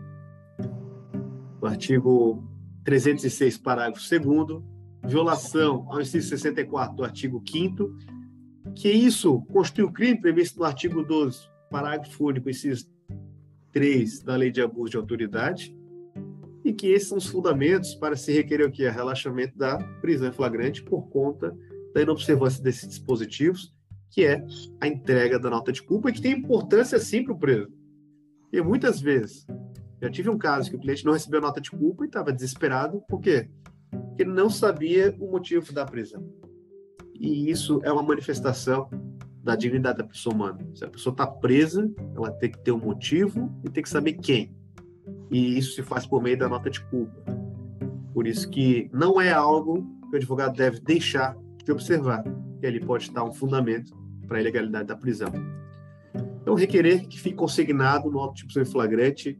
O artigo 306, parágrafo 2º, violação ao inciso 64 do artigo 5º, que isso constitui o crime previsto no artigo 12, parágrafo único, inciso 3 da Lei de Abuso de Autoridade, e que esses são os fundamentos para se requerer o quê? Relaxamento da prisão em flagrante por conta da inobservância desses dispositivos, que é a entrega da nota de culpa, e que tem importância sim para o preso. E muitas vezes, já tive um caso que o cliente não recebeu a nota de culpa e estava desesperado, por quê? Porque ele não sabia o motivo da prisão. E isso é uma manifestação da dignidade da pessoa humana. Se a pessoa está presa, ela tem que ter um motivo e tem que saber quem. E isso se faz por meio da nota de culpa. Por isso que não é algo que o advogado deve deixar de observar, que ali pode estar um fundamento para a ilegalidade da prisão. Então, requerer que fique consignado no auto de prisão em flagrante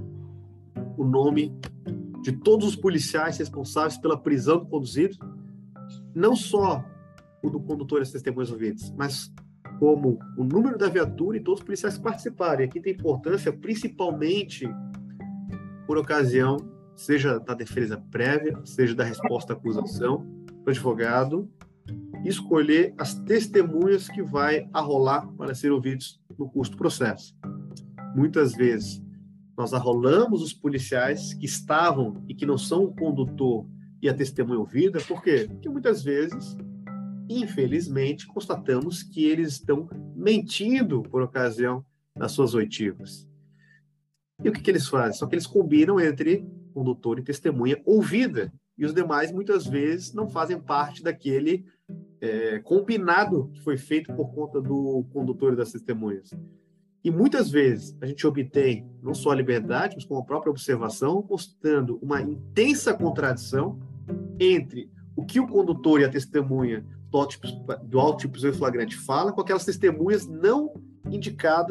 o nome de todos os policiais responsáveis pela prisão do conduzido, não só o do condutor e as testemunhas ouvidas, mas como o número da viatura e todos os policiais que participarem. Aqui tem importância, principalmente por ocasião, seja da defesa prévia, seja da resposta à acusação, o advogado escolher as testemunhas que vai arrolar para serem ouvidos no curso do processo. Muitas vezes, nós arrolamos os policiais que estavam e que não são o condutor e a testemunha ouvida. Por quê? Porque muitas vezes, infelizmente, constatamos que eles estão mentindo por ocasião das suas oitivas. E o que eles fazem? Só que eles combinam entre condutor e testemunha ouvida. E os demais, muitas vezes, não fazem parte daquele combinado que foi feito por conta do condutor e das testemunhas. E muitas vezes a gente obtém não só a liberdade, mas como a própria observação, mostrando uma intensa contradição entre o que o condutor e a testemunha do auto de prisão em flagrante fala com aquelas testemunhas não indicadas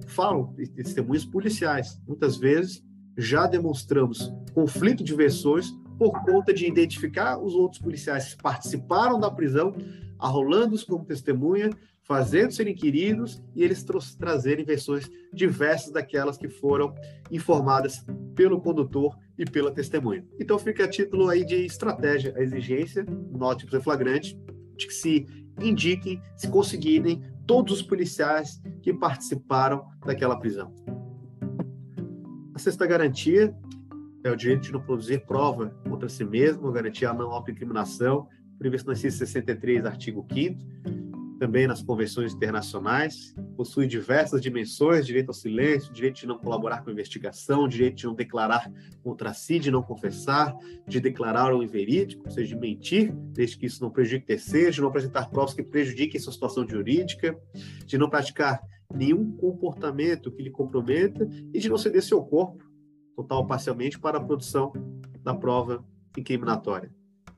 falam, testemunhas policiais. Muitas vezes já demonstramos conflito de versões por conta de identificar os outros policiais que participaram da prisão, arrolando-os como testemunha, fazendo serem inquiridos e eles trazerem versões diversas daquelas que foram informadas pelo condutor e pela testemunha. Então fica a título aí de estratégia, a exigência, note para o flagrante, de que se indiquem, se conseguirem, todos os policiais que participaram daquela prisão. A sexta garantia é o direito de não produzir prova contra si mesmo, a garantia à não autoincriminação, previsto no inciso 63, artigo 5º, também nas convenções internacionais, possui diversas dimensões, direito ao silêncio, direito de não colaborar com a investigação, direito de não declarar contra si, de não confessar, de declarar o inverídico, ou seja, de mentir, desde que isso não prejudique terceiros, de não apresentar provas que prejudiquem sua situação jurídica, de não praticar nenhum comportamento que lhe comprometa e de não ceder seu corpo, total ou parcialmente, para a produção da prova incriminatória.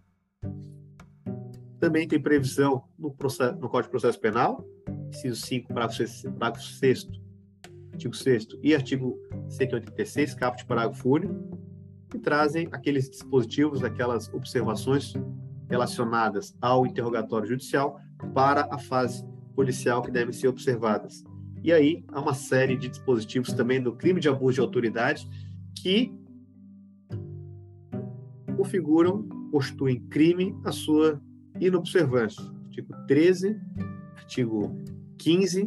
Também tem previsão no Código de Processo Penal, inciso 5, parágrafo 6º, artigo 6º e artigo 186, caput parágrafo único, que trazem aqueles dispositivos, aquelas observações relacionadas ao interrogatório judicial para a fase policial que devem ser observadas. E aí há uma série de dispositivos também do crime de abuso de autoridade que configuram, constituem crime a sua inobservância. Artigo 13, artigo 15,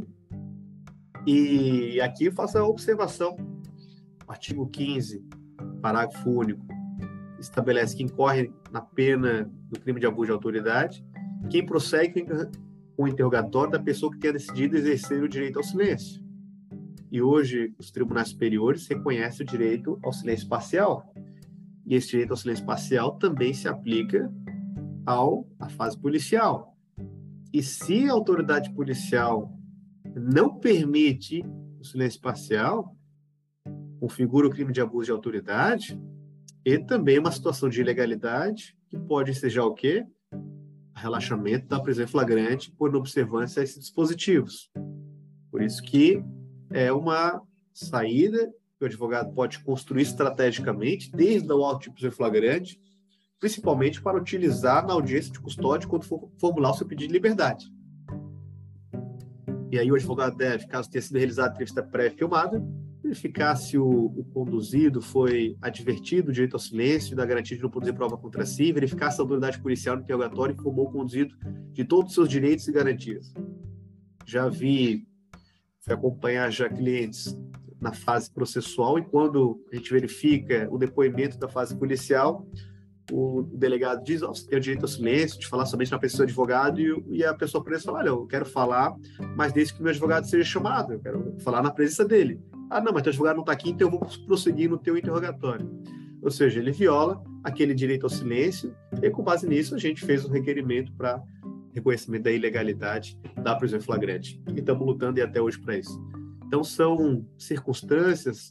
e aqui faço a observação. Artigo 15, parágrafo único, estabelece que incorre na pena do crime de abuso de autoridade quem prossegue com o interrogatório da pessoa que tenha decidido exercer o direito ao silêncio. E hoje os tribunais superiores reconhecem o direito ao silêncio parcial. E esse direito ao silêncio parcial também se aplica à fase policial. E se a autoridade policial não permite o silêncio parcial, configura o crime de abuso de autoridade e também uma situação de ilegalidade que pode ser o quê? Relaxamento da prisão em flagrante por inobservância a esses dispositivos. Por isso que é uma saída que o advogado pode construir estrategicamente desde o auto de prisão em flagrante, principalmente para utilizar na audiência de custódia quando for formular o seu pedido de liberdade. E aí o advogado deve, caso tenha sido realizada a entrevista pré-filmada, verificar se o conduzido foi advertido do direito ao silêncio e da garantia de não produzir prova contra si, verificar se a autoridade policial no interrogatório informou o conduzido de todos os seus direitos e garantias. Já fui acompanhar já clientes na fase processual e quando a gente verifica o depoimento da fase policial, o delegado diz, você tem o direito ao silêncio, de falar somente na presença do advogado, e a pessoa presa fala, olha, eu quero falar, mas desde que o meu advogado seja chamado, eu quero falar na presença dele. Ah, não, mas teu advogado não está aqui, então eu vou prosseguir no teu interrogatório. Ou seja, ele viola aquele direito ao silêncio, e com base nisso a gente fez um requerimento para reconhecimento da ilegalidade da prisão em flagrante. E estamos lutando até hoje para isso. Então são circunstâncias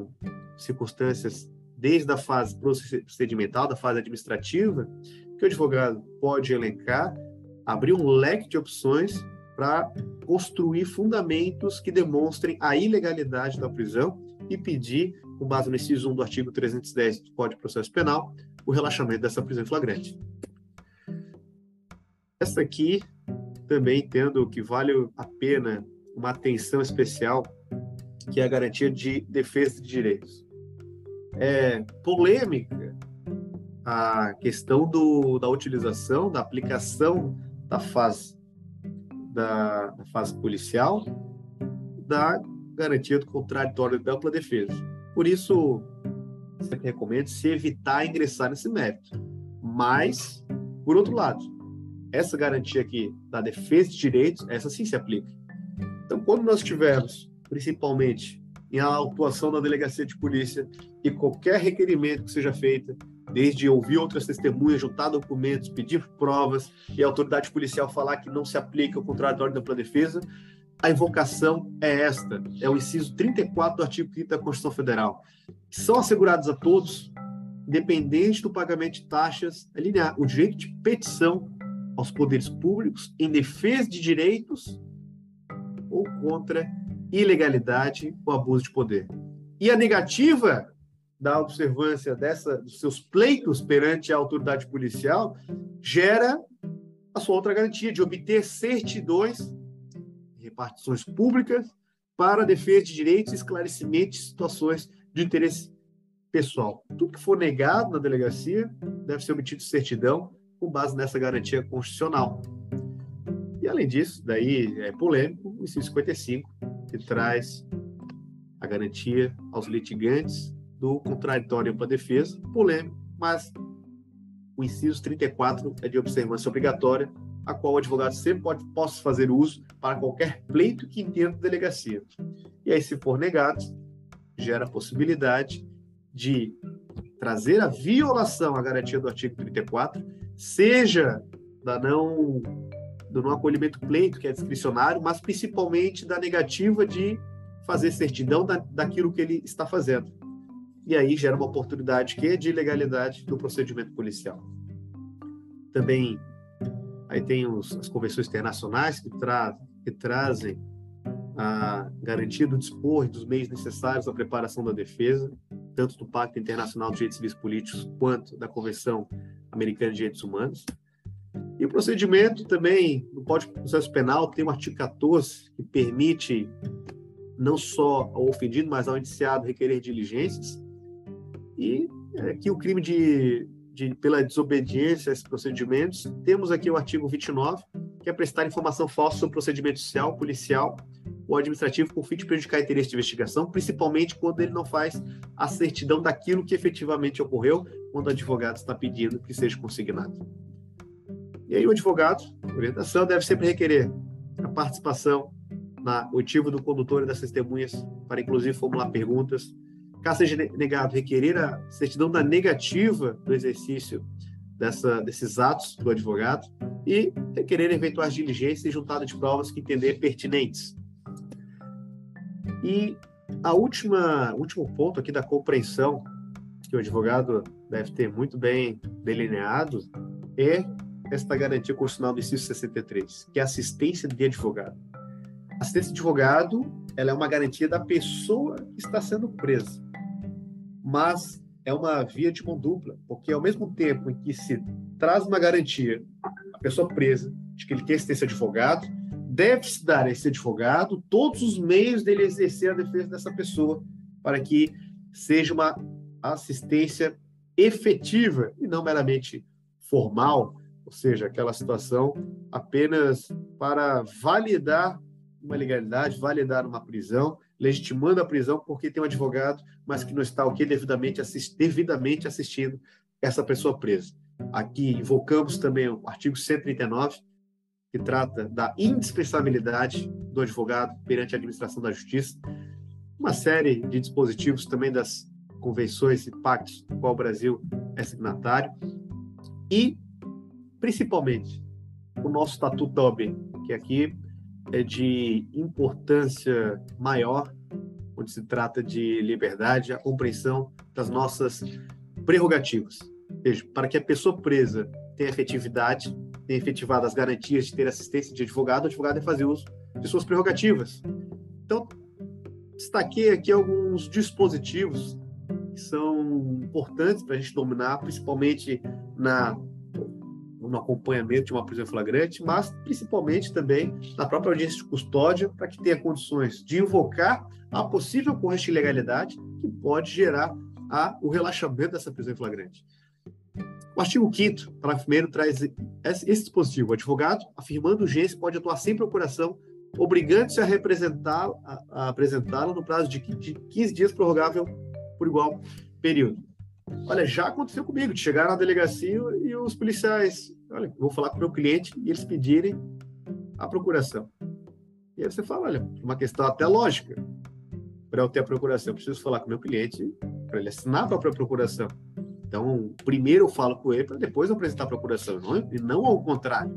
desde a fase procedimental, da fase administrativa, que o advogado pode elencar, abrir um leque de opções para construir fundamentos que demonstrem a ilegalidade da prisão e pedir, com base no inciso 1 do artigo 310 do Código de Processo Penal, o relaxamento dessa prisão em flagrante. Essa aqui também entendo que vale a pena uma atenção especial, que é a garantia de defesa de direitos. É polêmica a questão da utilização, da aplicação da fase policial, da garantia do contraditório da ampla defesa. Por isso, eu recomendo se evitar ingressar nesse mérito. Mas, por outro lado, essa garantia aqui da defesa de direitos, essa sim se aplica. Então, quando nós tivermos, principalmente, em autuação da delegacia de polícia e qualquer requerimento que seja feito, desde ouvir outras testemunhas, juntar documentos, pedir provas e a autoridade policial falar que não se aplica o contraditório da ampla defesa, a invocação é esta, é o inciso 34 do artigo 5º da Constituição Federal. São assegurados a todos, independente do pagamento de taxas, o direito de petição aos poderes públicos em defesa de direitos ou contra ilegalidade ou abuso de poder. E a negativa da observância dos seus pleitos perante a autoridade policial gera a sua outra garantia de obter certidões, repartições públicas para a defesa de direitos e esclarecimento de situações de interesse pessoal. Tudo que for negado na delegacia deve ser obtido certidão com base nessa garantia constitucional. E, além disso, daí é polêmico, o inciso 55, que traz a garantia aos litigantes do contraditório para a defesa, polêmico, mas o inciso 34 é de observância obrigatória, a qual o advogado sempre possa fazer uso para qualquer pleito que entenda da delegacia. E aí, se for negado, gera a possibilidade de trazer a violação à garantia do artigo 34, seja do não acolhimento pleito, que é discricionário, mas principalmente da negativa de fazer certidão daquilo que ele está fazendo. E aí gera uma oportunidade que é de ilegalidade do procedimento policial. Também aí tem as convenções internacionais que trazem a garantia do dispor e dos meios necessários à preparação da defesa, tanto do Pacto Internacional de Direitos Civis e Políticos quanto da Convenção Americana de Direitos Humanos. E o procedimento também, no Código de Processo Penal, tem o artigo 14, que permite não só ao ofendido, mas ao indiciado requerer diligências. E aqui o crime pela desobediência a esses procedimentos, temos aqui o artigo 29, que é prestar informação falsa sobre procedimento social, policial ou administrativo com o fim de prejudicar interesse de investigação, principalmente quando ele não faz a certidão daquilo que efetivamente ocorreu, quando o advogado está pedindo que seja consignado. E aí o advogado, orientação, deve sempre requerer a participação na oitiva do condutor e das testemunhas, para inclusive formular perguntas. Caso seja negado, requerer a certidão da negativa do exercício desses atos do advogado e requerer eventuais diligências e juntada de provas que entender pertinentes. E o último ponto aqui da compreensão, que o advogado deve ter muito bem delineado, é esta garantia constitucional do inciso 63, que é a assistência de advogado. A assistência de advogado, ela é uma garantia da pessoa que está sendo presa, mas é uma via de mão dupla, porque ao mesmo tempo em que se traz uma garantia à pessoa presa de que ele tem assistência de advogado, deve-se dar a esse advogado todos os meios dele exercer a defesa dessa pessoa, para que seja uma assistência efetiva e não meramente formal, ou seja, aquela situação apenas para validar uma legalidade, validar uma prisão, legitimando a prisão porque tem um advogado, mas que não está devidamente assistindo essa pessoa presa. Aqui invocamos também o artigo 139, que trata da indispensabilidade do advogado perante a administração da justiça, uma série de dispositivos também das convenções e pactos do qual o Brasil é signatário, e principalmente o nosso Estatuto da OAB, que aqui é de importância maior, onde se trata de liberdade, a compreensão das nossas prerrogativas. Ou seja, para que a pessoa presa tenha efetividade, tenha efetivado as garantias de ter assistência de advogado, o advogado deve fazer uso de suas prerrogativas. Então, destaquei aqui alguns dispositivos que são importantes para a gente dominar, principalmente no acompanhamento de uma prisão em flagrante, mas principalmente também na própria audiência de custódia, para que tenha condições de invocar a possível ocorrência de ilegalidade que pode gerar o relaxamento dessa prisão em flagrante. O artigo 5º, parágrafo 1º, traz esse dispositivo. O advogado, afirmando urgência, pode atuar sem procuração, obrigando-se a apresentá-la no prazo de 15 dias, prorrogável por igual período. Olha, já aconteceu comigo, de chegar na delegacia e os policiais, olha, vou falar com o meu cliente e eles pedirem a procuração. E aí você fala, olha, uma questão até lógica, para eu ter a procuração, eu preciso falar com o meu cliente para ele assinar a própria procuração. Então, primeiro eu falo com ele para depois eu apresentar a procuração, e não ao contrário.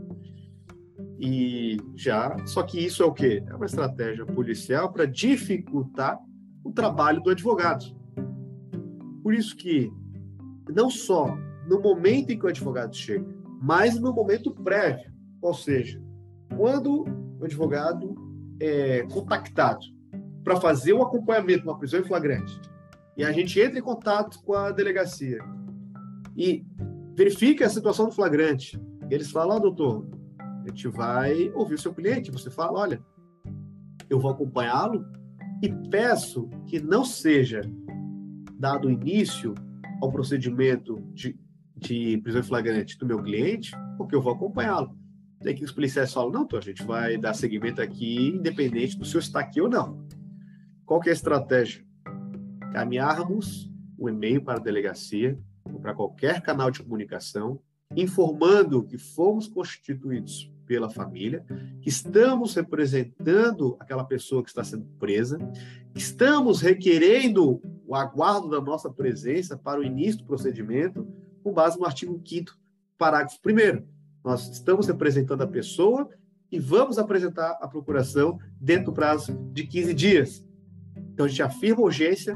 Só que isso é o quê? É uma estratégia policial para dificultar o trabalho do advogado. Por isso que, não só no momento em que o advogado chega, mas no momento prévio, ou seja, quando o advogado é contactado para fazer o acompanhamento de uma prisão em flagrante, e a gente entra em contato com a delegacia e verifica a situação do flagrante, e eles falam, doutor, a gente vai ouvir o seu cliente, você fala, olha, eu vou acompanhá-lo e peço que não seja dado início ao procedimento de prisão em flagrante do meu cliente, porque eu vou acompanhá-lo. Daí que os policiais falam, não, a gente vai dar seguimento aqui, independente do senhor estar aqui ou não. Qual que é a estratégia? Caminharmos o e-mail para a delegacia, ou para qualquer canal de comunicação, informando que fomos constituídos pela família, que estamos representando aquela pessoa que está sendo presa, que estamos requerendo o aguardo da nossa presença para o início do procedimento, com base no artigo 5º, parágrafo 1º. Nós estamos representando a pessoa e vamos apresentar a procuração dentro do prazo de 15 dias. Então, a gente afirma a urgência,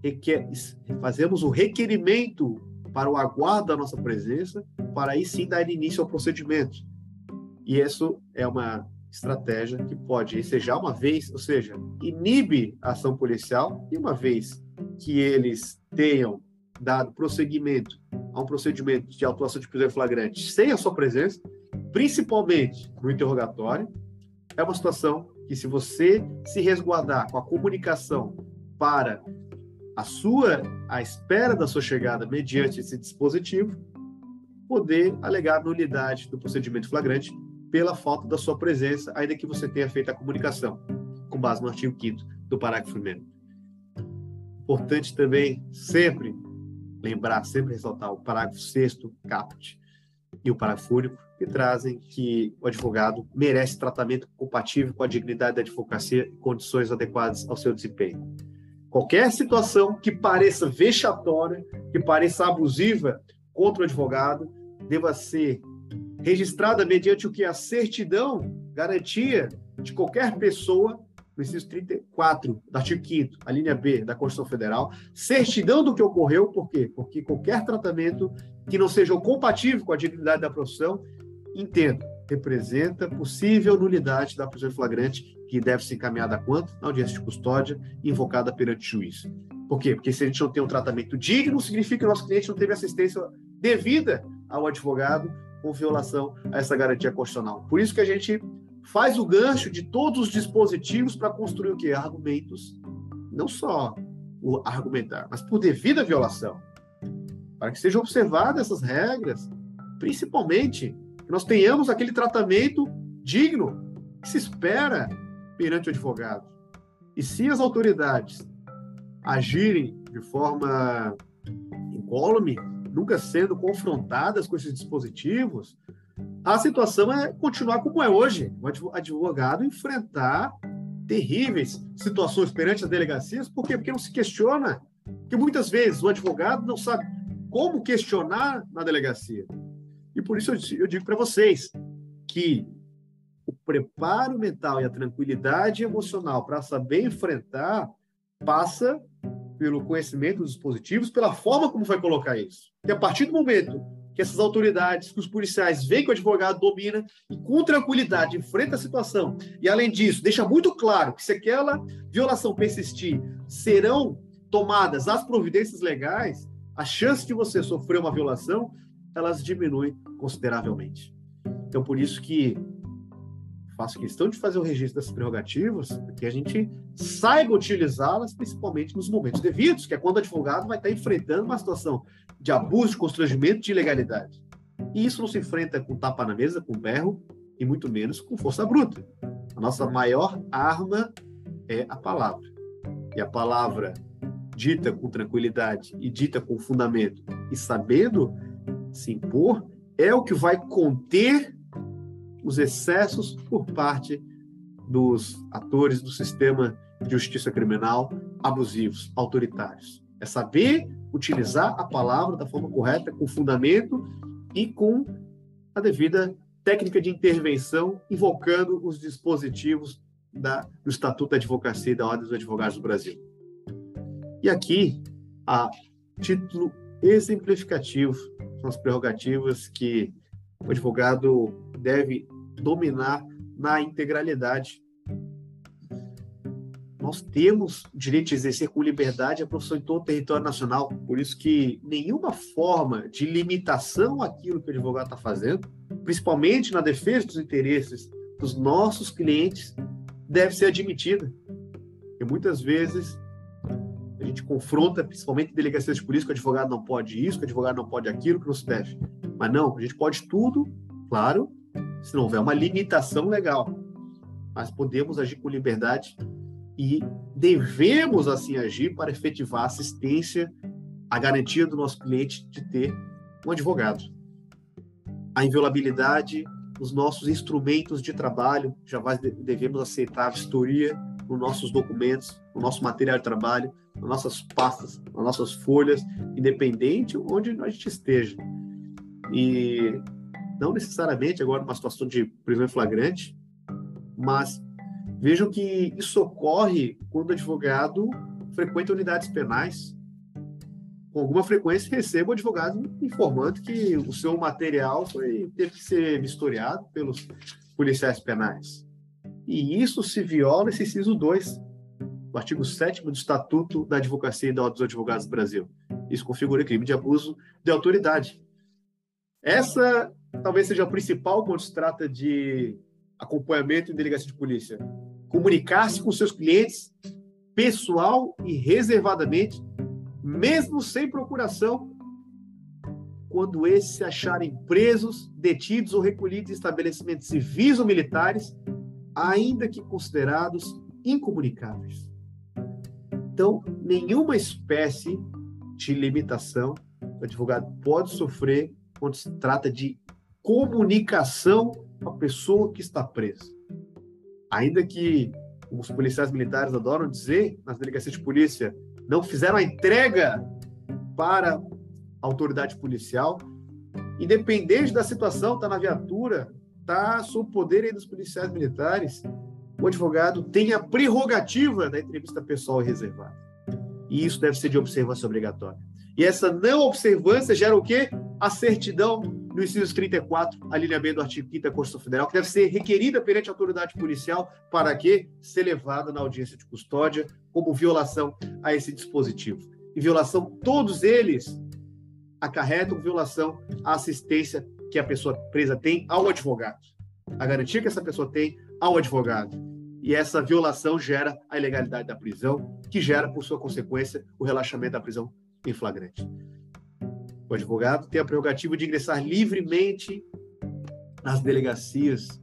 fazemos o requerimento para o aguardo da nossa presença, para aí sim dar início ao procedimento. E isso é uma estratégia que pode ensejar uma vez, ou seja, inibe a ação policial, e uma vez que eles tenham dado prosseguimento a um procedimento de autuação de prisão em flagrante sem a sua presença, principalmente no interrogatório, é uma situação que, se você se resguardar com a comunicação para a espera da sua chegada mediante esse dispositivo, poder alegar nulidade do procedimento flagrante pela falta da sua presença, ainda que você tenha feito a comunicação, com base no artigo 5º do parágrafo 1º. Importante também sempre lembrar, sempre ressaltar o parágrafo 6º, caput, e o parágrafo único, que trazem que o advogado merece tratamento compatível com a dignidade da advocacia e condições adequadas ao seu desempenho. Qualquer situação que pareça vexatória, que pareça abusiva contra o advogado, deva ser registrada mediante o que a certidão, garantia de qualquer pessoa, no inciso 34 do artigo 5º, a linha B da Constituição Federal, certidão do que ocorreu, por quê? Porque qualquer tratamento que não seja compatível com a dignidade da profissão, entendo, representa possível nulidade da prisão em flagrante, que deve ser encaminhada a quanto? Na audiência de custódia, invocada perante o juiz. Por quê? Porque se a gente não tem um tratamento digno, significa que o nosso cliente não teve assistência devida ao advogado com violação a essa garantia constitucional. Por isso que a gente faz o gancho de todos os dispositivos para construir o quê? Argumentos, não só o argumentar, mas por devida violação. Para que sejam observadas essas regras, principalmente que nós tenhamos aquele tratamento digno que se espera perante o advogado. E se as autoridades agirem de forma incólume, nunca sendo confrontadas com esses dispositivos, a situação é continuar como é hoje. O advogado enfrentar terríveis situações perante as delegacias. Por quê? Porque não se questiona. Porque muitas vezes o advogado não sabe como questionar na delegacia. E por isso eu digo para vocês que o preparo mental e a tranquilidade emocional para saber enfrentar passa pelo conhecimento dos dispositivos, pela forma como vai colocar isso. E a partir do momento que essas autoridades, que os policiais veem que o advogado domina e com tranquilidade enfrenta a situação, e além disso, deixa muito claro que se aquela violação persistir, serão tomadas as providências legais, a chance de você sofrer uma violação, elas diminuem consideravelmente. Então, por isso que faço questão de fazer o registro dessas prerrogativas, para que a gente saiba utilizá-las, principalmente nos momentos devidos, que é quando o advogado vai estar enfrentando uma situação de abuso, de constrangimento, de ilegalidade. E isso não se enfrenta com tapa na mesa, com berro, e muito menos com força bruta. A nossa maior arma é a palavra. E a palavra dita com tranquilidade e dita com fundamento e sabendo se impor é o que vai conter os excessos por parte dos atores do sistema de justiça criminal abusivos, autoritários. É saber utilizar a palavra da forma correta, com fundamento e com a devida técnica de intervenção, invocando os dispositivos do Estatuto da Advocacia e da Ordem dos Advogados do Brasil. E aqui, a título exemplificativo, são as prerrogativas que o advogado deve dominar na integralidade. nós temos o direito de exercer com liberdade a profissão em todo o território nacional. Por isso que nenhuma forma de limitação àquilo que o advogado está fazendo, principalmente na defesa dos interesses dos nossos clientes, deve ser admitida. Porque muitas vezes a gente confronta, principalmente em delegacias de polícia, que o advogado não pode isso, que o advogado não pode aquilo, que não se deve. Mas não, a gente pode tudo, claro, se não houver uma limitação legal. Mas podemos agir com liberdade e devemos, assim, agir para efetivar a assistência, a garantia do nosso cliente de ter um advogado. A inviolabilidade dos nossos instrumentos de trabalho, jamais devemos aceitar a vistoria nos nossos documentos, no nosso material de trabalho, nas nossas pastas, nas nossas folhas, independente onde a gente esteja. E não necessariamente agora numa situação de prisão em flagrante, mas vejam que isso ocorre quando o advogado frequenta unidades penais. Com alguma frequência recebo o advogado informando que o seu material teve que ser vistoriado pelos policiais penais. E isso se viola esse inciso 2, do artigo 7º do Estatuto da Advocacia e da Ordem dos Advogados do Brasil. Isso configura crime de abuso de autoridade. Essa talvez seja a principal quando se trata de acompanhamento em delegacia de polícia. Comunicar-se com seus clientes pessoal e reservadamente, mesmo sem procuração, quando esses se acharem presos, detidos ou recolhidos em estabelecimentos civis ou militares, ainda que considerados incomunicáveis. Então, nenhuma espécie de limitação o advogado pode sofrer quando se trata de comunicação com a pessoa que está presa. Ainda que os policiais militares adoram dizer, nas delegacias de polícia, não fizeram a entrega para a autoridade policial, independente da situação, está na viatura, está sob o poder aí dos policiais militares, o advogado tem a prerrogativa da entrevista pessoal e reservada. E isso deve ser de observância obrigatória. E essa não observância gera o quê? A certidão no inciso 34, alínea B do artigo 5º da Constituição Federal, que deve ser requerida perante a autoridade policial para que ser levada na audiência de custódia como violação a esse dispositivo. E violação, todos eles acarretam violação à assistência que a pessoa presa tem ao advogado. A garantia que essa pessoa tem ao advogado. E essa violação gera a ilegalidade da prisão, que gera, por sua consequência, o relaxamento da prisão em flagrante. O advogado tem a prerrogativa de ingressar livremente nas delegacias,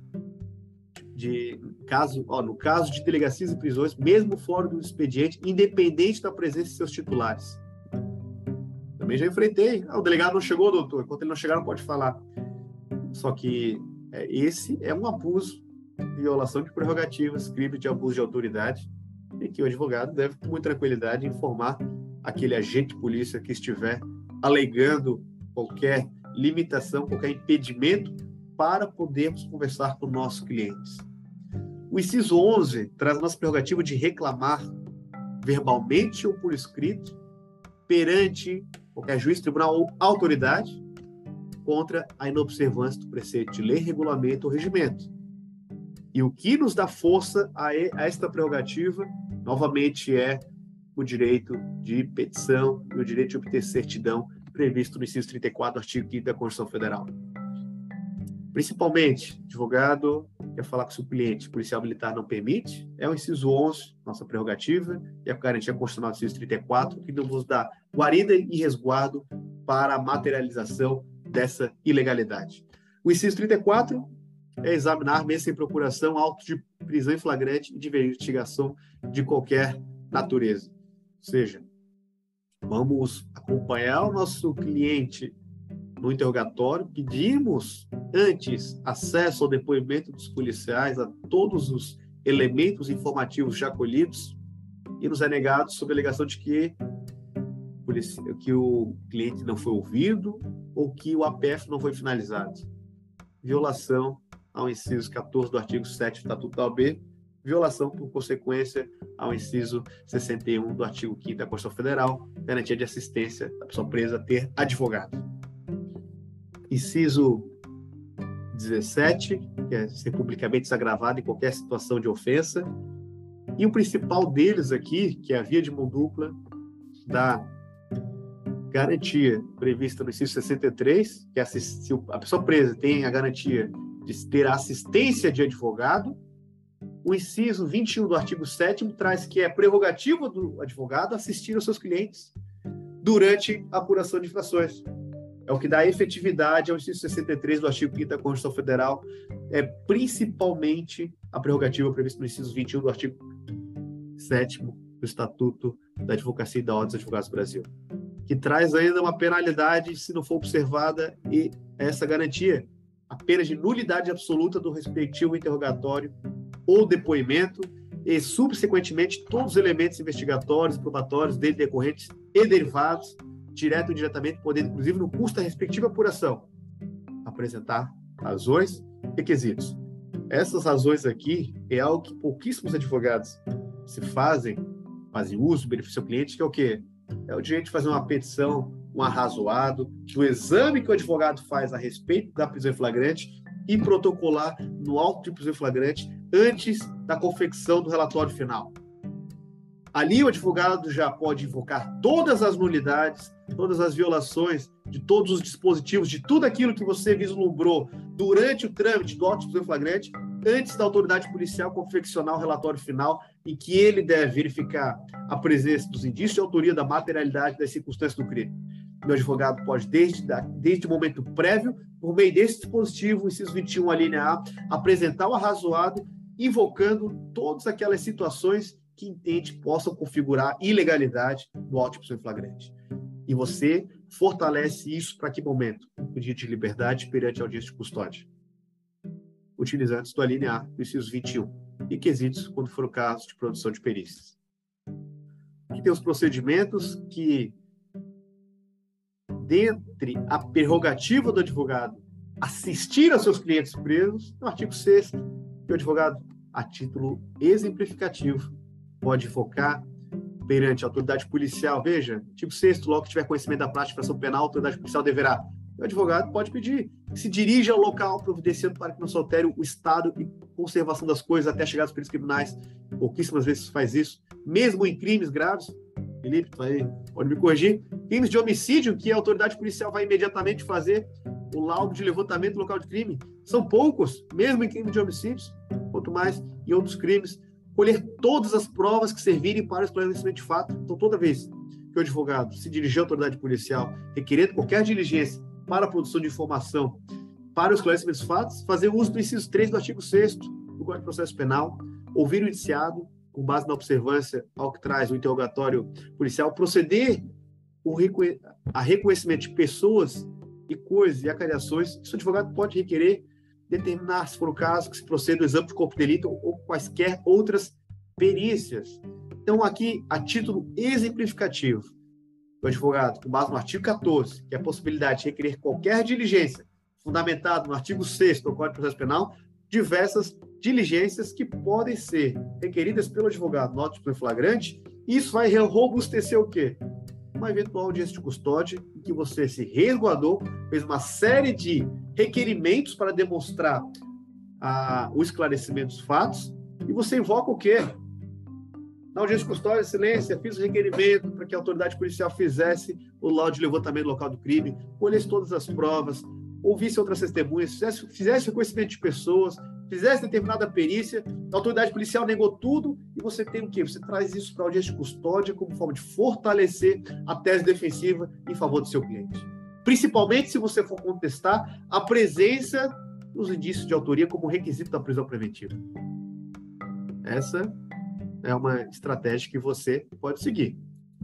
no caso de delegacias e prisões, mesmo fora do expediente, independente da presença de seus titulares. Também já enfrentei. O delegado não chegou, doutor. Enquanto ele não chegar, não pode falar. Só que esse é um abuso, violação de prerrogativas, crime de abuso de autoridade, e que o advogado deve, com muita tranquilidade, informar aquele agente de polícia que estiver alegando qualquer limitação, qualquer impedimento para podermos conversar com nossos clientes. O inciso 11 traz a nossa prerrogativa de reclamar verbalmente ou por escrito perante qualquer juiz, tribunal ou autoridade contra a inobservância do preceito de lei, regulamento ou regimento. E o que nos dá força a esta prerrogativa, novamente, é o direito de petição e o direito de obter certidão previsto no inciso 34 do artigo 5º da Constituição Federal. Principalmente, advogado quer falar com seu cliente, policial militar não permite, é o inciso 11, nossa prerrogativa, e a garantia constitucional do inciso 34, que nos dá guarida e resguardo para a materialização dessa ilegalidade. O inciso 34 é examinar, mesmo sem procuração, autos de prisão em flagrante e de investigação de qualquer natureza. Ou seja, vamos acompanhar o nosso cliente no interrogatório, pedimos antes acesso ao depoimento dos policiais, a todos os elementos informativos já colhidos, e nos é negado sob a alegação de que o cliente não foi ouvido ou que o APF não foi finalizado. Violação ao inciso 14 do artigo 7 do Estatuto da OAB, violação por consequência ao inciso 61 do artigo 5º da Constituição Federal, garantia de assistência da pessoa presa a ter advogado. Inciso 17, que é ser publicamente desagravado em qualquer situação de ofensa, E o principal deles aqui, que é a via de mão dupla da garantia prevista no inciso 63, que se a pessoa presa tem a garantia de ter assistência de advogado. O inciso 21 do artigo 7º traz que é prerrogativa do advogado assistir aos seus clientes durante a apuração de infrações. É o que dá efetividade ao inciso 63 do artigo 5º da Constituição Federal, principalmente a prerrogativa prevista no inciso 21 do artigo 7º do Estatuto da Advocacia e da Ordem dos Advogados do Brasil, que traz ainda uma penalidade se não for observada e essa garantia, a pena de nulidade absoluta do respectivo interrogatório ou depoimento e, subsequentemente, todos os elementos investigatórios e probatórios dele decorrentes e derivados, direto ou indiretamente, podendo, inclusive, no curso da respectiva apuração, apresentar razões e requisitos. Essas razões aqui é algo que pouquíssimos advogados fazem uso, benefício ao cliente, que é o quê? É o direito de fazer uma petição, um arrazoado, do exame que o advogado faz a respeito da prisão em flagrante e protocolar no auto de prisão em flagrante antes da confecção do relatório final. Ali o advogado já pode invocar todas as nulidades, todas as violações de todos os dispositivos, de tudo aquilo que você vislumbrou durante o trâmite do auto de prisão em flagrante, antes da autoridade policial confeccionar o relatório final, em que ele deve verificar a presença dos indícios de autoria, da materialidade das circunstâncias do crime. O advogado pode, desde o momento prévio, por meio desse dispositivo, inciso 21, a linha A, apresentar o arrazoado, invocando todas aquelas situações que entende possam configurar ilegalidade do auto de prisão em flagrante. E você fortalece isso para que momento? O pedido de liberdade perante a audiência de custódia, utilizando a linha A do inciso 21, e quesitos quando for o caso de produção de perícias. Aqui tem os procedimentos que, dentre a prerrogativa do advogado assistir aos seus clientes presos, no artigo 6º, que o advogado, a título exemplificativo, pode invocar perante a autoridade policial. Veja, artigo 6º, logo que tiver conhecimento da prática de infração penal, a autoridade policial deverá. O advogado pode pedir que se dirija ao local, providenciando para que não se altere o estado e conservação das coisas até chegar aos peritos criminais. Pouquíssimas vezes faz isso, mesmo em crimes graves. Felipe, pode me corrigir. Crimes de homicídio, que a autoridade policial vai imediatamente fazer o laudo de levantamento do local de crime. São poucos, mesmo em crimes de homicídios, quanto mais em outros crimes. Colher todas as provas que servirem para o esclarecimento de fato. Então, toda vez que o advogado se dirigir à autoridade policial, requerendo qualquer diligência para a produção de informação para o esclarecimento dos fatos, fazer uso do inciso 3 do artigo 6º do Código de Processo Penal, ouvir o indiciado, com base na observância ao que traz o interrogatório policial, proceder a reconhecimento de pessoas e coisas e acariações. Isso o advogado pode requerer, determinar, se for o caso, que se proceda o exame de corpo de delito ou quaisquer outras perícias. Então, aqui, a título exemplificativo, o advogado, com base no artigo 14, que é a possibilidade de requerer qualquer diligência, fundamentado no artigo 6º do Código de Processo Penal, diversas diligências que podem ser requeridas pelo advogado no auto de prisão em flagrante, e isso vai robustecer o quê? Uma eventual audiência de custódia, em que você se resguardou, fez uma série de requerimentos para demonstrar o esclarecimento dos fatos, e você invoca o quê? Na audiência de custódia, excelência, fiz o requerimento para que a autoridade policial fizesse o laudo de levantamento local do crime, colhesse todas as provas, ouvisse outras testemunhas, fizesse reconhecimento de pessoas, fizesse determinada perícia, a autoridade policial negou tudo, e você tem o quê? Você traz isso para a audiência de custódia como forma de fortalecer a tese defensiva em favor do seu cliente. Principalmente se você for contestar a presença dos indícios de autoria como requisito da prisão preventiva. Essa é uma estratégia que você pode seguir.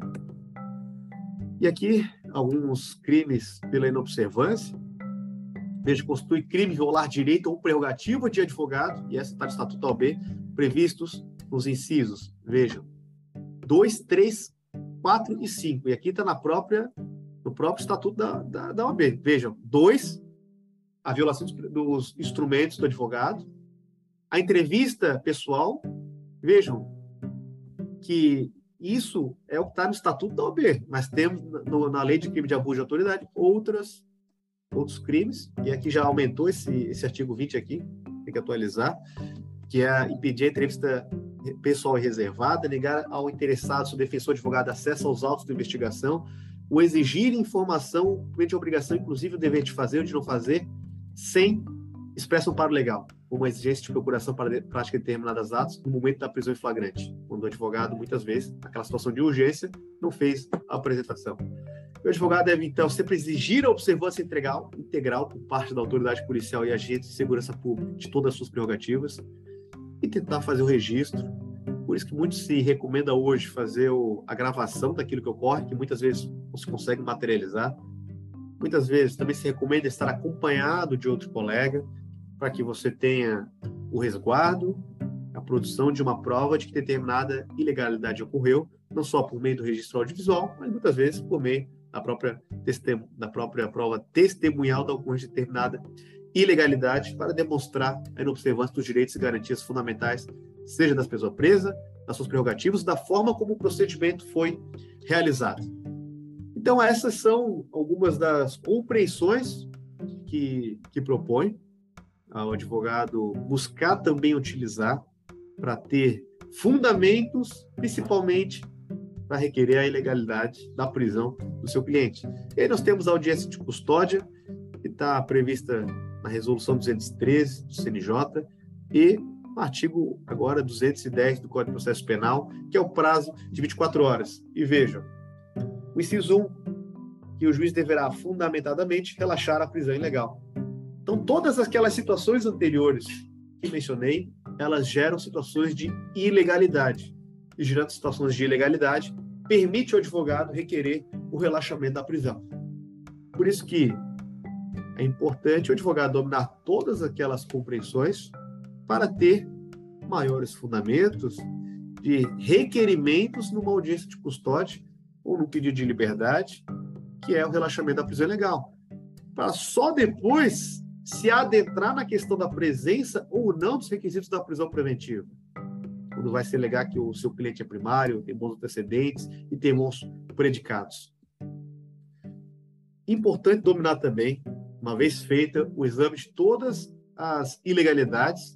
E aqui, alguns crimes pela inobservância. Veja, constitui crime violar direito ou prerrogativa de advogado, e essa está no Estatuto da OAB, previstos nos incisos, vejam, 2, 3, 4 e 5. E aqui está no próprio Estatuto da OAB. Vejam, 2, a violação dos instrumentos do advogado, a entrevista pessoal. Vejam que isso é o que está no Estatuto da OAB, mas temos na Lei de Crime de Abuso de Autoridade outros crimes, e aqui já aumentou esse artigo 20 aqui, tem que atualizar, que é impedir a entrevista pessoal e reservada, negar ao interessado, seu defensor advogado, acesso aos autos de investigação, o exigir informação, de obrigação, inclusive o dever de fazer ou de não fazer, sem expresso amparo legal, como a exigência de procuração para prática de determinados atos no momento da prisão em flagrante, quando o advogado, muitas vezes, naquela situação de urgência, não fez a apresentação. O advogado deve, então, sempre exigir a observância integral por parte da autoridade policial e agentes de segurança pública de todas as suas prerrogativas e tentar fazer o registro. Por isso que muito se recomenda hoje fazer a gravação daquilo que ocorre, que muitas vezes não se consegue materializar. Muitas vezes também se recomenda estar acompanhado de outro colega, para que você tenha o resguardo, a produção de uma prova de que determinada ilegalidade ocorreu, não só por meio do registro audiovisual, mas muitas vezes por meio da própria prova testemunhal da ocorrência de determinada ilegalidade, para demonstrar a inobservância dos direitos e garantias fundamentais, seja das pessoas presas, das suas prerrogativas, da forma como o procedimento foi realizado. Então, essas são algumas das compreensões que propõe ao advogado buscar também utilizar para ter fundamentos, principalmente para requerer a ilegalidade da prisão do seu cliente. E aí nós temos a audiência de custódia, que está prevista na resolução 213 do CNJ e no artigo agora 210 do Código de Processo Penal, que é o prazo de 24 horas. E vejam, o inciso 1, que o juiz deverá fundamentadamente relaxar a prisão ilegal. Então, todas aquelas situações anteriores que mencionei, elas geram situações de ilegalidade. E gerando situações de ilegalidade, permite ao advogado requerer o relaxamento da prisão. Por isso que é importante o advogado dominar todas aquelas compreensões para ter maiores fundamentos de requerimentos numa audiência de custódia ou no pedido de liberdade, que é o relaxamento da prisão ilegal, para só depois se adentrar na questão da presença ou não dos requisitos da prisão preventiva. Quando vai se alegar que o seu cliente é primário, tem bons antecedentes e tem bons predicados. Importante dominar também, uma vez feita o exame de todas as ilegalidades,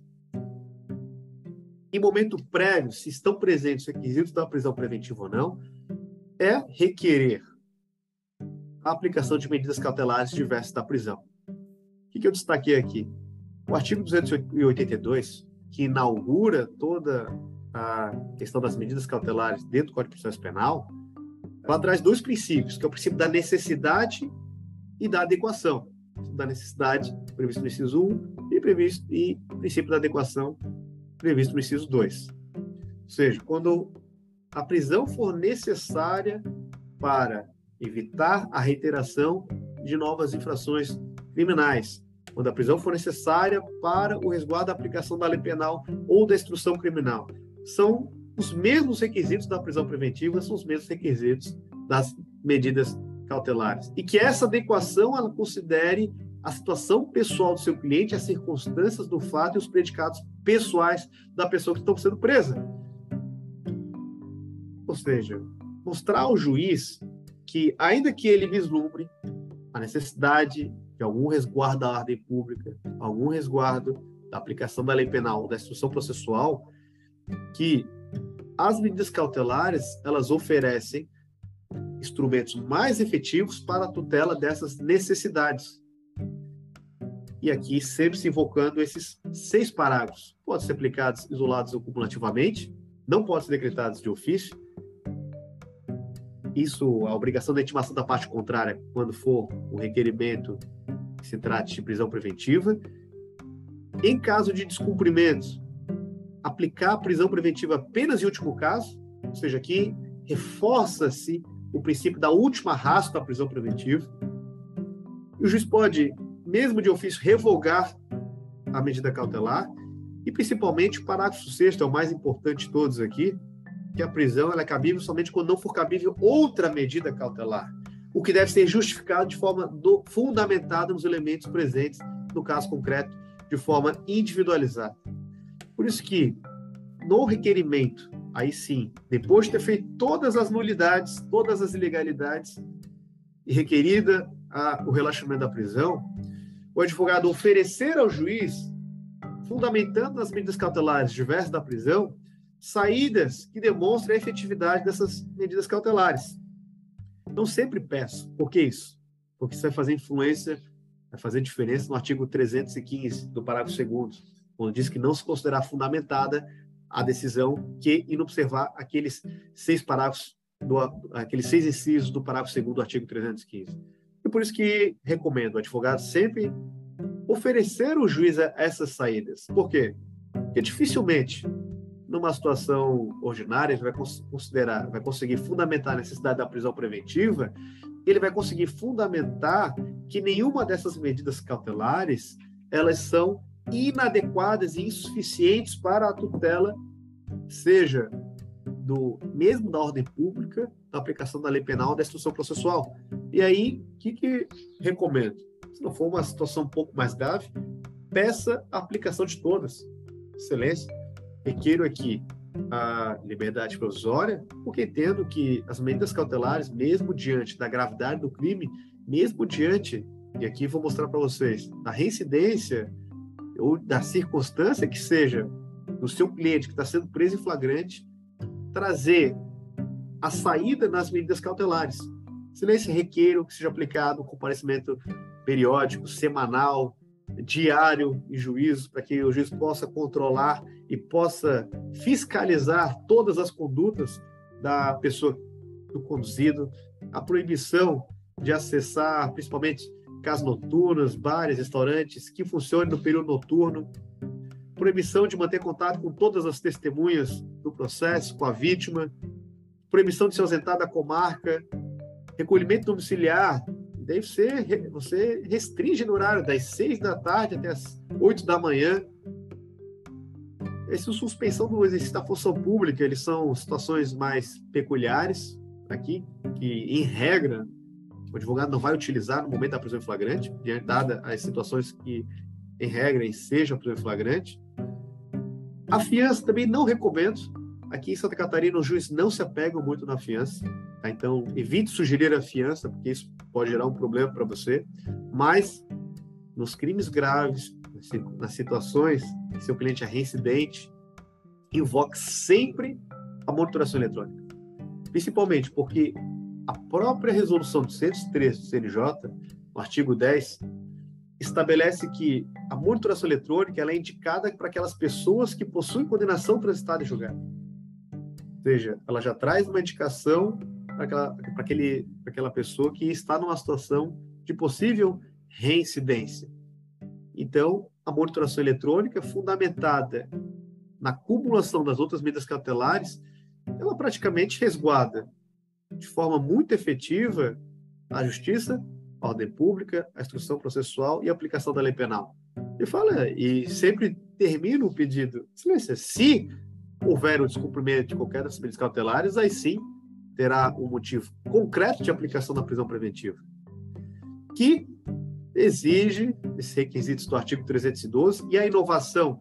em momento prévio, se estão presentes os requisitos da prisão preventiva ou não, é requerer a aplicação de medidas cautelares diversas da prisão. O que eu destaquei aqui? O artigo 282, que inaugura toda a questão das medidas cautelares dentro do Código de Processo Penal, ela traz dois princípios, que é o princípio da necessidade e da adequação. O princípio da necessidade, previsto no inciso 1, e o princípio da adequação, previsto no inciso 2. Ou seja, quando a prisão for necessária para evitar a reiteração de novas infrações criminais, quando a prisão for necessária para o resguardo da aplicação da lei penal ou da instrução criminal. São os mesmos requisitos da prisão preventiva, são os mesmos requisitos das medidas cautelares. E que essa adequação ela considere a situação pessoal do seu cliente, as circunstâncias do fato e os predicados pessoais da pessoa que está sendo presa. Ou seja, mostrar ao juiz que, ainda que ele vislumbre a necessidade de algum resguardo da ordem pública, algum resguardo da aplicação da lei penal, da instrução processual, que as medidas cautelares, elas oferecem instrumentos mais efetivos para a tutela dessas necessidades. E aqui sempre se invocando esses 6 parágrafos. Podem ser aplicados isolados ou cumulativamente, não podem ser decretados de ofício. Isso, a obrigação da intimação da parte contrária, quando for o requerimento que se trate de prisão preventiva. Em caso de descumprimento, aplicar a prisão preventiva apenas em último caso, ou seja, aqui reforça-se o princípio da última ratio da prisão preventiva. E o juiz pode, mesmo de ofício, revogar a medida cautelar, e principalmente o parágrafo 6º, é o mais importante de todos aqui, que a prisão ela é cabível somente quando não for cabível outra medida cautelar, o que deve ser justificado de forma fundamentada nos elementos presentes no caso concreto, de forma individualizada. Por isso que, no requerimento, aí sim, depois de ter feito todas as nulidades, todas as ilegalidades, e requerida o relaxamento da prisão, o advogado oferecer ao juiz, fundamentando as medidas cautelares diversas da prisão, saídas que demonstrem a efetividade dessas medidas cautelares. Então, sempre peço. Por que isso? Porque isso vai fazer influência, vai fazer diferença no artigo 315 do parágrafo 2º, onde diz que não se considerar fundamentada a decisão que inobservar aqueles 6 parágrafos, aqueles 6 incisos do parágrafo 2º do artigo 315. E por isso que recomendo o advogado sempre oferecer ao juiz essas saídas. Por quê? Porque dificilmente, numa situação ordinária, ele vai conseguir fundamentar a necessidade da prisão preventiva, ele vai conseguir fundamentar que nenhuma dessas medidas cautelares, elas são inadequadas e insuficientes para a tutela, seja mesmo da ordem pública, da aplicação da lei penal, da instrução processual. E aí, o que recomendo? Se não for uma situação um pouco mais grave, peça a aplicação de todas. Excelência, requeiro aqui a liberdade provisória, porque entendo que as medidas cautelares, mesmo diante da gravidade do crime, mesmo diante, e aqui vou mostrar para vocês, da reincidência ou da circunstância que seja do seu cliente que está sendo preso em flagrante, trazer a saída nas medidas cautelares. Excelência, requeiro que seja aplicado um comparecimento periódico, semanal, diário em juízo, para que o juiz possa controlar e possa fiscalizar todas as condutas da pessoa do conduzido, a proibição de acessar, principalmente, casas noturnas, bares, restaurantes, que funcionem no período noturno, proibição de manter contato com todas as testemunhas do processo, com a vítima, proibição de se ausentar da comarca, recolhimento domiciliar, deve ser, você restringe no horário das 6 da tarde até as 8 da manhã. Essa suspensão do exercício da função pública, eles são situações mais peculiares aqui, que, em regra, o advogado não vai utilizar no momento da prisão em flagrante, dada as situações que, em regra, sejam prisão em flagrante. A fiança também não recomendo. Aqui em Santa Catarina, os juízes não se apegam muito na fiança, tá? Então, evite sugerir a fiança, porque isso pode gerar um problema para você. Mas, nos crimes graves, nas situações que seu cliente é reincidente, invoque sempre a monitoração eletrônica. Principalmente porque a própria resolução 203 do CNJ, no artigo 10, estabelece que a monitoração eletrônica ela é indicada para aquelas pessoas que possuem condenação transitada em julgado. Ou seja, ela já traz uma indicação para aquela pessoa que está numa situação de possível reincidência. Então, a monitoração eletrônica, fundamentada na acumulação das outras medidas cautelares, ela praticamente resguarda de forma muito efetiva a justiça, a ordem pública, a instrução processual e a aplicação da lei penal. E sempre termina o pedido. Excelência, se houver o descumprimento de qualquer das medidas cautelares, aí sim terá um motivo concreto de aplicação da prisão preventiva, que exige esses requisitos do artigo 312, e a inovação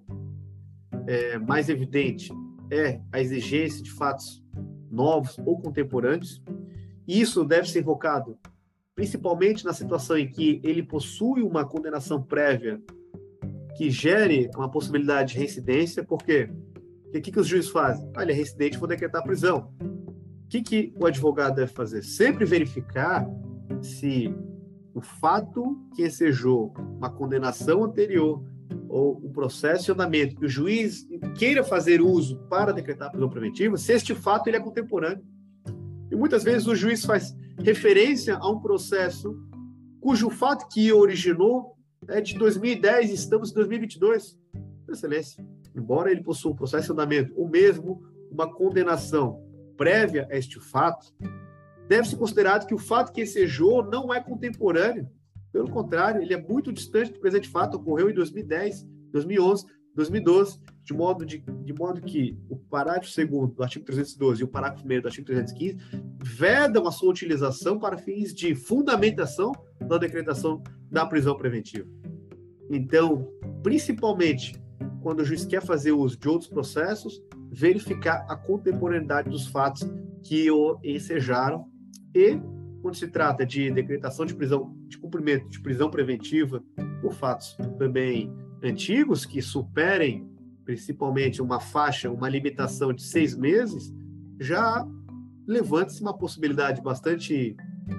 mais evidente é a exigência de fatos novos ou contemporâneos. Isso deve ser invocado principalmente na situação em que ele possui uma condenação prévia que gere uma possibilidade de reincidência. Por quê? Porque o que os juízes fazem? Ele é reincidente, vou decretar a prisão. O que o advogado deve fazer? Sempre verificar se o fato que ensejou uma condenação anterior ou o processo de andamento que o juiz queira fazer uso para decretar a prisão preventiva, se este fato ele é contemporâneo. E muitas vezes o juiz faz referência a um processo cujo fato que originou é de 2010 e estamos em 2022. Excelência, embora ele possua um processo de andamento ou mesmo uma condenação prévia a este fato, deve-se considerar que o fato que ensejou não é contemporâneo. Pelo contrário, ele é muito distante do presente fato, ocorreu em 2010, 2011, 2012, de modo que o parágrafo 2º do artigo 312 e o parágrafo 1º do artigo 315 vedam a sua utilização para fins de fundamentação da decretação da prisão preventiva. Então, principalmente quando o juiz quer fazer uso de outros processos, verificar a contemporaneidade dos fatos que o ensejaram. E, quando se trata de decretação de prisão, de cumprimento de prisão preventiva por fatos também antigos, que superem principalmente uma faixa, uma limitação de 6 meses, já levanta-se uma possibilidade bastante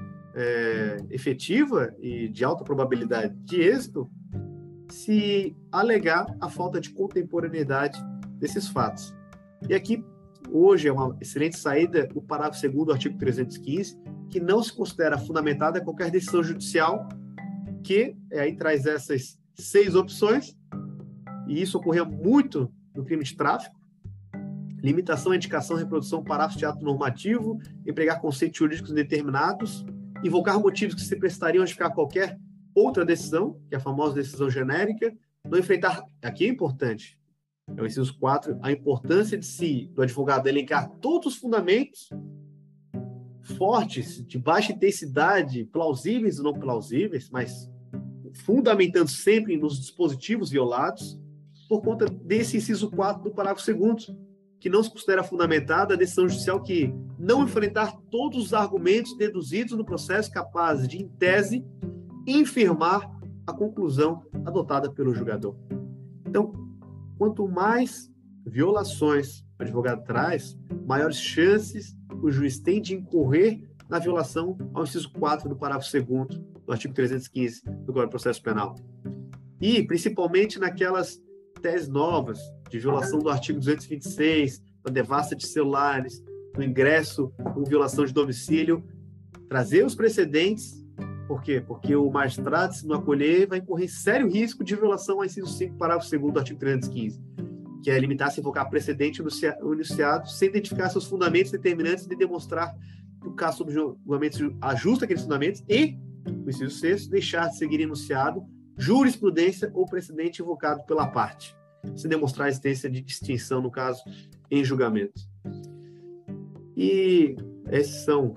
efetiva e de alta probabilidade de êxito se alegar a falta de contemporaneidade desses fatos. E aqui, hoje, é uma excelente saída o parágrafo 2º do artigo 315, que não se considera fundamentada qualquer decisão judicial, que aí traz essas 6 opções, e isso ocorreu muito no crime de tráfico: limitação, indicação, reprodução, parágrafo de ato normativo, empregar conceitos jurídicos indeterminados, invocar motivos que se prestariam a justificar qualquer outra decisão, que é a famosa decisão genérica, não enfrentar, aqui é importante, é o inciso 4, a importância do advogado elencar todos os fundamentos fortes, de baixa intensidade, plausíveis ou não plausíveis, mas fundamentando sempre nos dispositivos violados, por conta desse inciso 4 do parágrafo 2º, que não se considera fundamentada a decisão judicial que não enfrentar todos os argumentos deduzidos no processo capazes de, em tese, infirmar a conclusão adotada pelo julgador. Então, quanto mais violações o advogado traz, maiores chances o juiz tem de incorrer na violação ao inciso 4 do parágrafo 2º do artigo 315 do Código de Processo Penal. E, principalmente, naquelas teses novas de violação do artigo 226, da devassa de celulares, do ingresso com violação de domicílio, trazer os precedentes. Por quê? Porque o magistrado, se não acolher, vai incorrer sério risco de violação ao inciso 5, parágrafo 2º do artigo 315, que é limitar-se a invocar precedente no enunciado sem identificar seus fundamentos determinantes de demonstrar que o caso sobre julgamento ajusta aqueles fundamentos e, o inciso 6, deixar de seguir enunciado jurisprudência ou precedente invocado pela parte, se demonstrar a existência de distinção, no caso, em julgamento. E essas são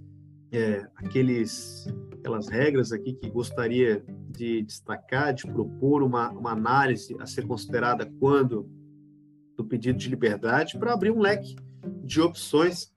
aquelas regras aqui que gostaria de destacar, de propor uma análise a ser considerada quando do pedido de liberdade, para abrir um leque de opções.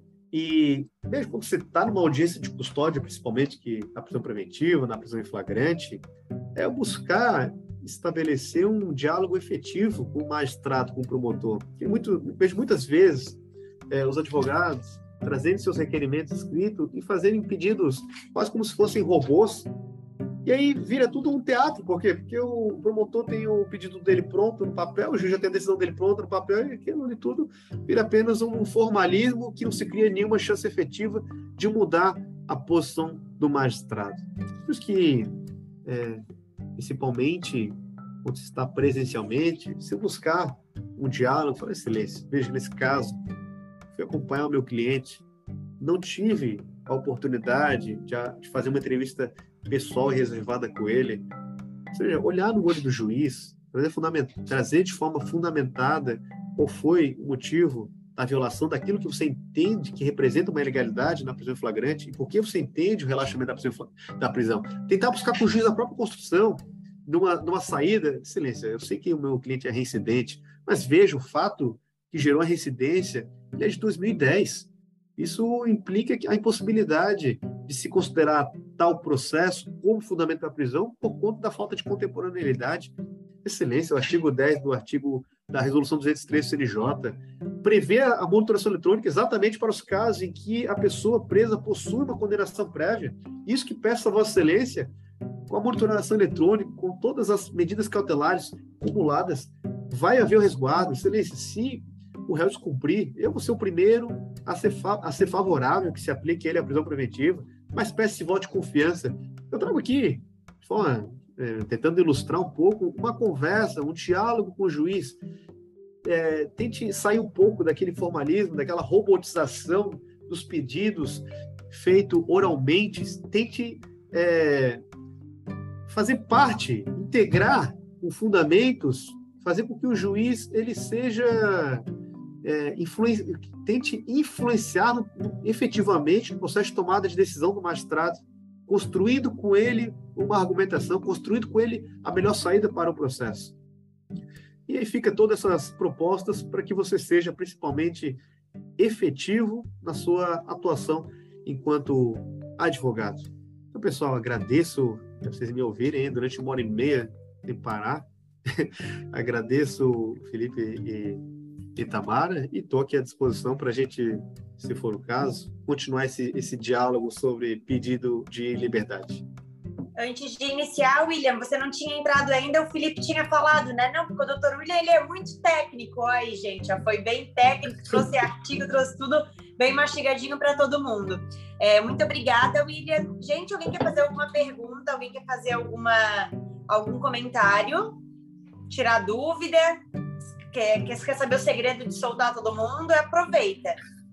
E mesmo quando você está numa audiência de custódia, principalmente que na prisão preventiva, na prisão em flagrante, é buscar estabelecer um diálogo efetivo com o magistrado, com o promotor. Vejo muitas vezes os advogados trazendo seus requerimentos escritos e fazerem pedidos quase como se fossem robôs. E aí vira tudo um teatro. Por quê? Porque o promotor tem o pedido dele pronto no papel, o juiz já tem a decisão dele pronta no papel, e aquilo de tudo vira apenas um formalismo que não se cria nenhuma chance efetiva de mudar a posição do magistrado. Por isso que, principalmente quando se está presencialmente, se buscar um diálogo, fala, excelência, veja, nesse caso, fui acompanhar o meu cliente, não tive a oportunidade de fazer uma entrevista pessoal e reservada com ele. Ou seja, olhar no olho do juiz, trazer de forma fundamentada qual foi o motivo da violação daquilo que você entende que representa uma ilegalidade na prisão em flagrante e por que você entende o relaxamento da prisão. Tentar buscar com o juiz a própria construção numa saída. Excelência, eu sei que o meu cliente é reincidente, mas veja, o fato que gerou a reincidência, ele é de 2010. Isso implica a impossibilidade de se considerar tal processo como fundamento da prisão por conta da falta de contemporaneidade. Excelência, o artigo 10 da Resolução 203 do CNJ prevê a monitoração eletrônica exatamente para os casos em que a pessoa presa possui uma condenação prévia. Isso que peço a Vossa Excelência, com a monitoração eletrônica, com todas as medidas cautelares acumuladas, vai haver o resguardo. Excelência, se o réu descumprir, eu vou ser o primeiro a ser favorável que se aplique ele à prisão preventiva, mas peço esse voto de confiança. Eu trago aqui, tentando ilustrar um pouco, uma conversa, um diálogo com o juiz. Tente sair um pouco daquele formalismo, daquela robotização dos pedidos feito oralmente. Tente fazer parte, integrar com fundamentos, fazer com que o juiz ele seja tente influenciar efetivamente o processo de tomada de decisão do magistrado, construindo com ele uma argumentação, construindo com ele a melhor saída para o processo. E aí fica todas essas propostas para que você seja principalmente efetivo na sua atuação enquanto advogado. Então, pessoal, agradeço por vocês me ouvirem durante 1h30 sem parar. Agradeço, Felipe e Tamara, e estou aqui à disposição para a gente, se for o caso, continuar esse diálogo sobre pedido de liberdade. Antes de iniciar, William, você não tinha entrado ainda, o Felipe tinha falado, né? Não, porque o Dr. William, ele é muito técnico. Aí, gente, já foi bem técnico, trouxe artigo, trouxe tudo bem mastigadinho para todo mundo. Muito obrigada, William. Gente, alguém quer fazer alguma pergunta? Alguém quer fazer algum comentário? Tirar dúvida? Quer saber o segredo de soltar todo mundo? Aproveita.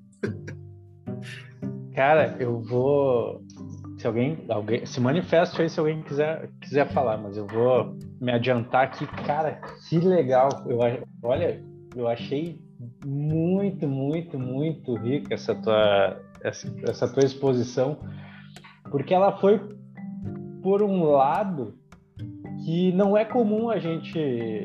Cara, eu vou... Alguém se manifeste aí se alguém quiser falar, mas eu vou me adiantar aqui. Cara, que legal. Eu achei muito, muito, muito rica essa tua exposição, porque ela foi por um lado que não é comum a gente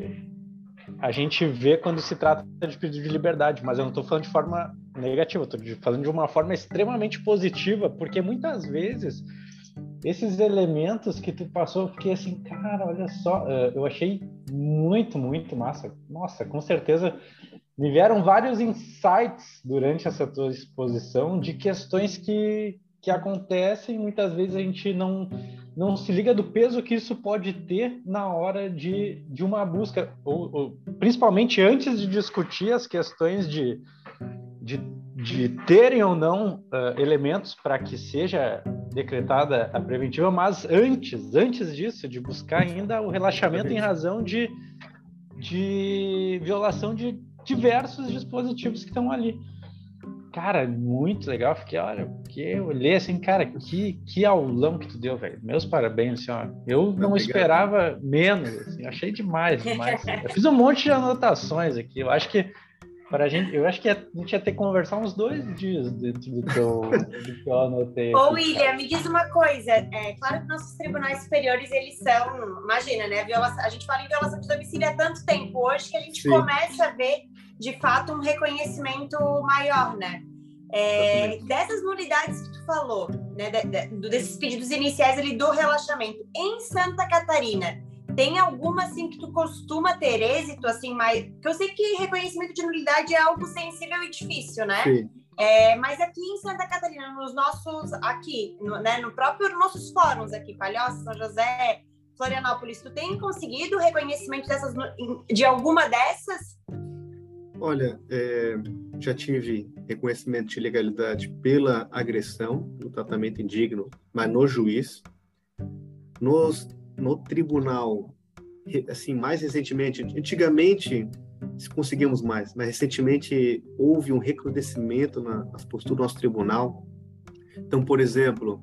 ver quando se trata de pedido de liberdade, mas eu não estou falando de forma negativa, estou falando de uma forma extremamente positiva, porque muitas vezes esses elementos que tu passou, eu fiquei assim, cara, olha só, eu achei muito, muito massa. Nossa, com certeza me vieram vários insights durante essa tua exposição de questões que acontecem, muitas vezes a gente não se liga do peso que isso pode ter na hora de uma busca, ou principalmente antes de discutir as questões de terem ou não elementos para que seja decretada a preventiva, mas antes disso, de buscar ainda o relaxamento em razão de violação de diversos dispositivos que estão ali. Cara, muito legal. Eu olhei assim, cara, que aulão que tu deu, velho. Meus parabéns, assim, ó. Eu não esperava menos, assim, achei demais. Eu fiz um monte de anotações aqui. Eu acho que a gente ia ter que conversar uns 2 dias dentro do que eu anotei. Ô, William, me diz uma coisa. Claro que nossos tribunais superiores, eles são, imagina, né? A gente fala em violação de domicílio há tanto tempo hoje que a gente começa a ver, de fato, um reconhecimento maior, né? Dessas nulidades que tu falou, né? Desses pedidos iniciais ali do relaxamento, em Santa Catarina, tem alguma, assim, que tu costuma ter êxito, assim, mais... Porque eu sei que reconhecimento de nulidade é algo sensível e difícil, né? Sim. Mas aqui em Santa Catarina, nos nossos... Aqui, no próprio nossos fóruns aqui, Palhoça, São José, Florianópolis, tu tem conseguido reconhecimento de alguma dessas? Olha, já tive reconhecimento de legalidade pela agressão, do tratamento indigno, mas no juiz. No tribunal, assim, mais recentemente, antigamente conseguimos mais, mas recentemente houve um recrudescimento nas posturas do nosso tribunal. Então, por exemplo,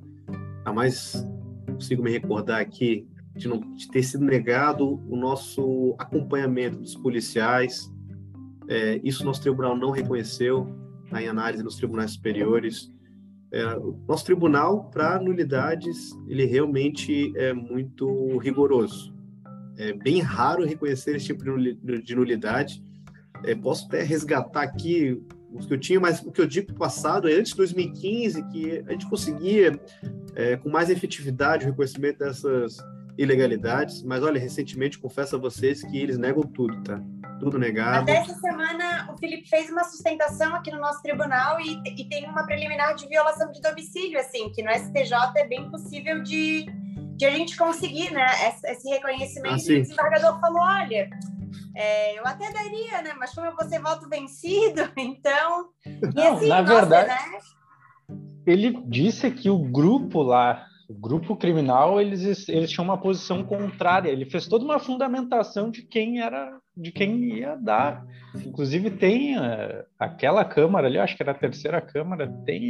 consigo me recordar aqui de ter sido negado o nosso acompanhamento dos policiais. Isso nosso tribunal não reconheceu, está em análise nos tribunais superiores. O nosso tribunal, para nulidades, ele realmente é muito rigoroso. É bem raro reconhecer esse tipo de nulidade. Posso até resgatar aqui os que eu tinha, mas o que eu digo passado é antes de 2015, que a gente conseguia, com mais efetividade, o reconhecimento dessas ilegalidades. Mas, olha, recentemente, confesso a vocês que eles negam tudo, tá? Tudo negado. Até essa semana, o Felipe fez uma sustentação aqui no nosso tribunal e tem uma preliminar de violação de domicílio, assim, que no STJ é bem possível de a gente conseguir, né, esse reconhecimento. E o desembargador falou, olha, eu até daria, né, mas como eu vou ser voto vencido, então... Não, assim, na verdade, né? Ele disse que o grupo lá, o grupo criminal, eles tinham uma posição contrária. Ele fez toda uma fundamentação de quem ia dar. Inclusive tem aquela Câmara ali, acho que era a terceira Câmara, tem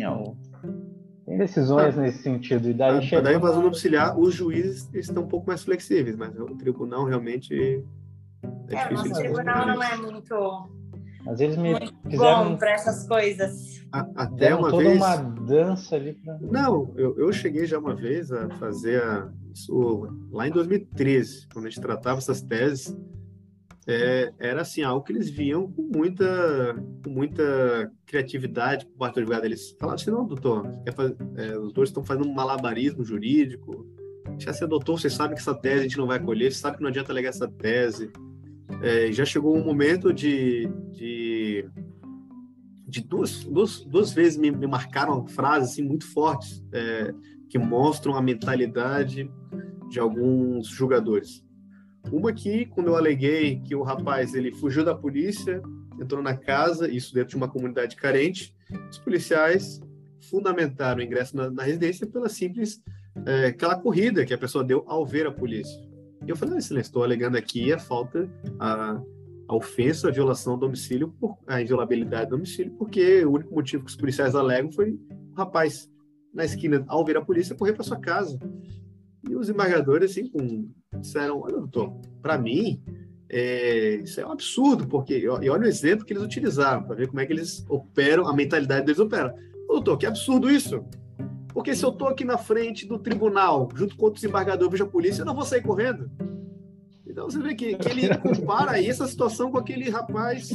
decisões nesse sentido. E daí a invasão domiciliar, os juízes estão um pouco mais flexíveis, mas o tribunal realmente é difícil. O nosso tribunal não é muito... Mas eles me fizeram bom para essas coisas. Até uma toda vez... uma dança ali. Não, eu cheguei já uma vez a fazer isso lá em 2013, quando a gente tratava essas teses. Era assim, algo que eles viam com muita criatividade por parte do advogado. Eles falaram assim, não, doutor, os doutores estão fazendo um malabarismo jurídico. Já ser doutor, você sabe que essa tese a gente não vai colher, você sabe que não adianta alegar essa tese. já chegou um momento de duas vezes me marcaram frases assim, muito fortes, que mostram a mentalidade de alguns jogadores. Uma que, quando eu aleguei que o rapaz ele fugiu da polícia, entrou na casa, isso dentro de uma comunidade carente, os policiais fundamentaram o ingresso na residência pela simples aquela corrida que a pessoa deu ao ver a polícia. E eu falei, excelência, estou alegando aqui a ofensa, a violação do domicílio, a inviolabilidade do domicílio, porque o único motivo que os policiais alegam foi o rapaz, na esquina, ao ver a polícia, correr para sua casa. E os embargadores, assim, disseram, olha, doutor, para mim, isso é um absurdo, porque, e olha o exemplo que eles utilizaram, para ver como é que eles operam, a mentalidade deles opera. Doutor, que absurdo isso! Porque se eu estou aqui na frente do tribunal, junto com outros embargadores, vejo a polícia, eu não vou sair correndo. Então, você vê que ele compara aí essa situação com aquele rapaz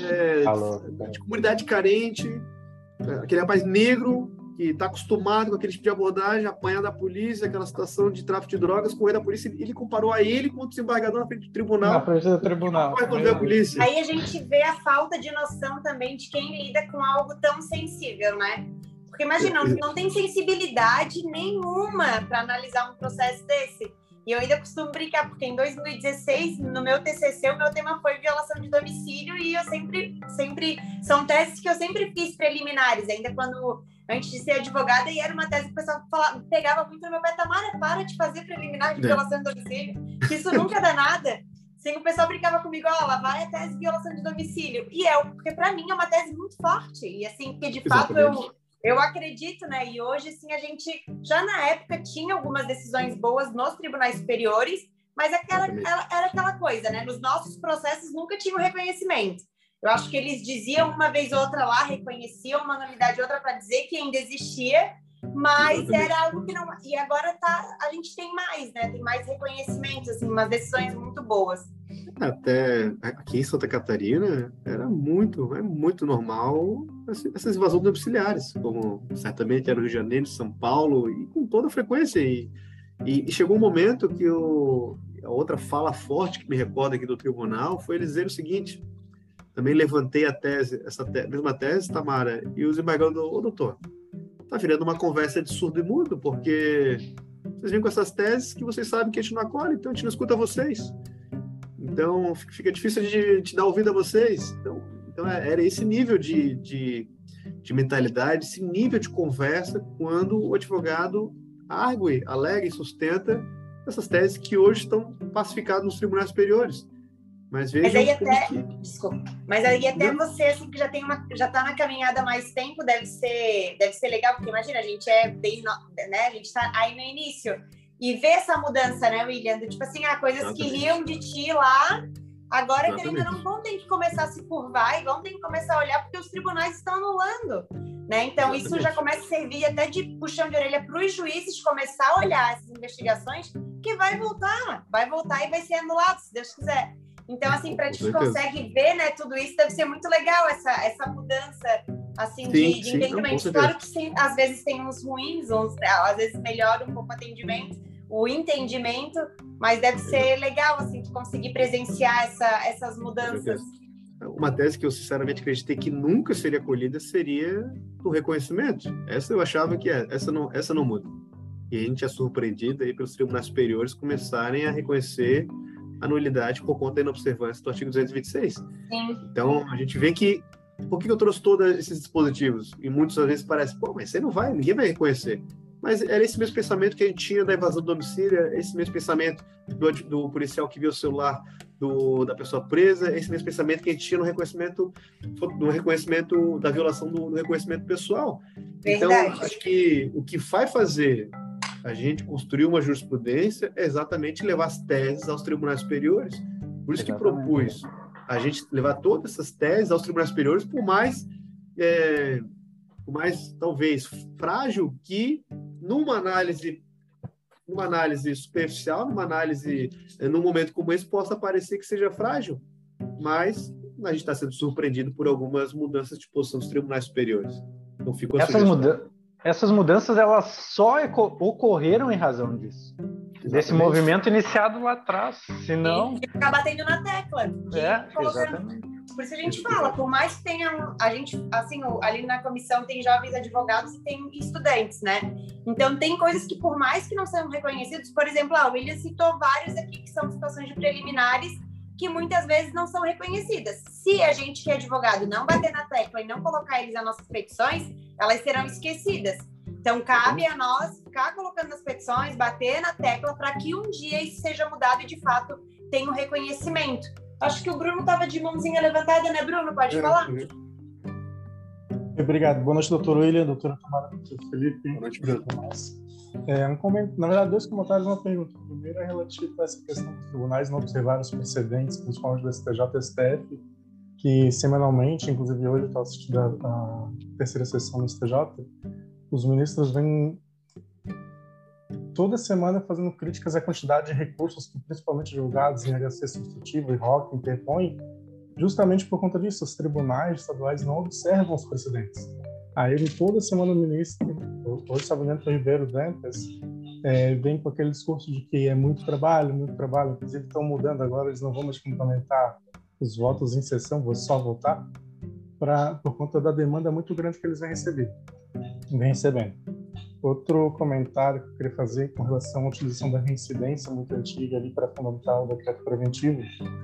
de comunidade carente, aquele rapaz negro, que está acostumado com aquele tipo de abordagem, apanhar da polícia, aquela situação de tráfico de drogas, correr da polícia, ele comparou a ele com o desembargador na frente do tribunal. Na frente do tribunal. A polícia. Aí a gente vê a falta de noção também de quem lida com algo tão sensível, né? Porque imagina, não tem sensibilidade nenhuma para analisar um processo desse. E eu ainda costumo brincar, porque em 2016, no meu TCC, o meu tema foi violação de domicílio, e eu sempre são teses que eu sempre fiz preliminares, ainda antes de ser advogada, e era uma tese que o pessoal pegava muito no meu pé, Tamara, para de fazer preliminar de violação de domicílio, que isso nunca dá nada. Assim, o pessoal brincava comigo, lá vai a tese de violação de domicílio. E porque para mim é uma tese muito forte, e assim, porque de fato eu acredito, né? E hoje, assim, a gente já na época tinha algumas decisões boas nos tribunais superiores, mas era aquela coisa, né? Nos nossos processos nunca tinha o reconhecimento. Eu acho que eles diziam uma vez ou outra lá, reconheciam uma nulidade ou outra para dizer que ainda existia, mas era algo que não... E agora a gente tem mais, né? Tem mais reconhecimento, assim, umas decisões muito boas. Até aqui em Santa Catarina é muito normal essas invasões domiciliares, como certamente era no Rio de Janeiro, São Paulo, e com toda frequência. E chegou um momento que a outra fala forte que me recorda aqui do tribunal foi eles dizer o seguinte: também levantei essa mesma tese, Tamara, e os embargadores, doutor, tá virando uma conversa de surdo e mudo, porque vocês vêm com essas teses que vocês sabem que a gente não acolhe, então a gente não escuta vocês. Então, fica difícil de te dar ouvido a vocês. Então era esse nível de mentalidade, esse nível de conversa, quando o advogado alega e sustenta essas teses que hoje estão pacificadas nos tribunais superiores. Mas aí até você, assim, que já está na caminhada há mais tempo, deve ser legal, porque imagina, a gente a gente está aí no início. E ver essa mudança, né, William? Tipo assim, coisas que riam de ti lá, agora querendo ou não vão ter que começar a se curvar e vão ter que começar a olhar, porque os tribunais estão anulando, né? Então, isso já começa a servir até de puxão de orelha para os juízes começar a olhar essas investigações, que vai voltar e vai ser anulado, se Deus quiser. Então, assim, para a gente consegue ver, né, tudo isso, deve ser muito legal essa mudança, assim, de entendimento. Não, claro que sim, às vezes tem uns ruins, às vezes melhora um pouco o entendimento, mas deve ser legal, assim, de conseguir presenciar essas mudanças. Uma tese que eu sinceramente acreditei que nunca seria acolhida seria o reconhecimento. Essa eu achava que essa não muda. E a gente é surpreendido aí pelos tribunais superiores começarem a reconhecer a nulidade por conta da inobservância do artigo 226. Sim. Então, a gente vê que... Por que eu trouxe todos esses dispositivos? E muitas vezes parece, mas você não vai, ninguém vai reconhecer. Mas era esse mesmo pensamento que a gente tinha da invasão do domicílio, esse mesmo pensamento do policial que viu o celular da pessoa presa, esse mesmo pensamento que a gente tinha no reconhecimento da violação do reconhecimento pessoal. Verdade. Então, acho que o que vai fazer a gente construir uma jurisprudência é exatamente levar as teses aos tribunais superiores. Por isso que propus a gente levar todas essas teses aos tribunais superiores, por mais talvez frágil que numa análise superficial, num momento como esse, possa parecer que seja frágil, mas a gente está sendo surpreendido por algumas mudanças de posição dos tribunais superiores. Então, ficou essas mudanças, elas só ocorreram em razão disso. Desse movimento iniciado lá atrás, senão... E ficar batendo na tecla. Exatamente. Por isso a gente fala, por mais que tenha... A gente, assim, ali na comissão tem jovens advogados e tem estudantes, né? Então, tem coisas que, por mais que não sejam reconhecidos, por exemplo, o William citou vários aqui que são situações de preliminares que muitas vezes não são reconhecidas. Se a gente, que é advogado, não bater na tecla e não colocar eles nas nossas petições, elas serão esquecidas. Então, cabe a nós ficar colocando nas petições, bater na tecla, para que um dia isso seja mudado e, de fato, tenha um reconhecimento. Acho que o Bruno estava de mãozinha levantada, né, Bruno? Pode falar? Obrigado. Boa noite, doutor William, doutora Tamara, doutor Felipe. Boa noite, Bruno. Na verdade, 2 comentários e uma pergunta. O primeiro é relativo a essa questão dos tribunais não observarem os precedentes, principalmente do STJ e STF, que semanalmente, inclusive hoje eu estou assistindo a terceira sessão do STJ, os ministros vêm toda semana fazendo críticas à quantidade de recursos que, principalmente julgados em HC substitutivo e ROC, interpõem, justamente por conta disso. Os tribunais estaduais não observam os precedentes. Aí toda semana o ministro, hoje Sabonento Ribeiro Dantas, vem com aquele discurso de que é muito trabalho, inclusive estão mudando agora, eles não vão mais complementar os votos em sessão, vou só votar, por conta da demanda muito grande que eles vêm recebendo. Outro comentário que eu queria fazer com relação à utilização da reincidência muito antiga ali para fundamentar o decreto preventivo.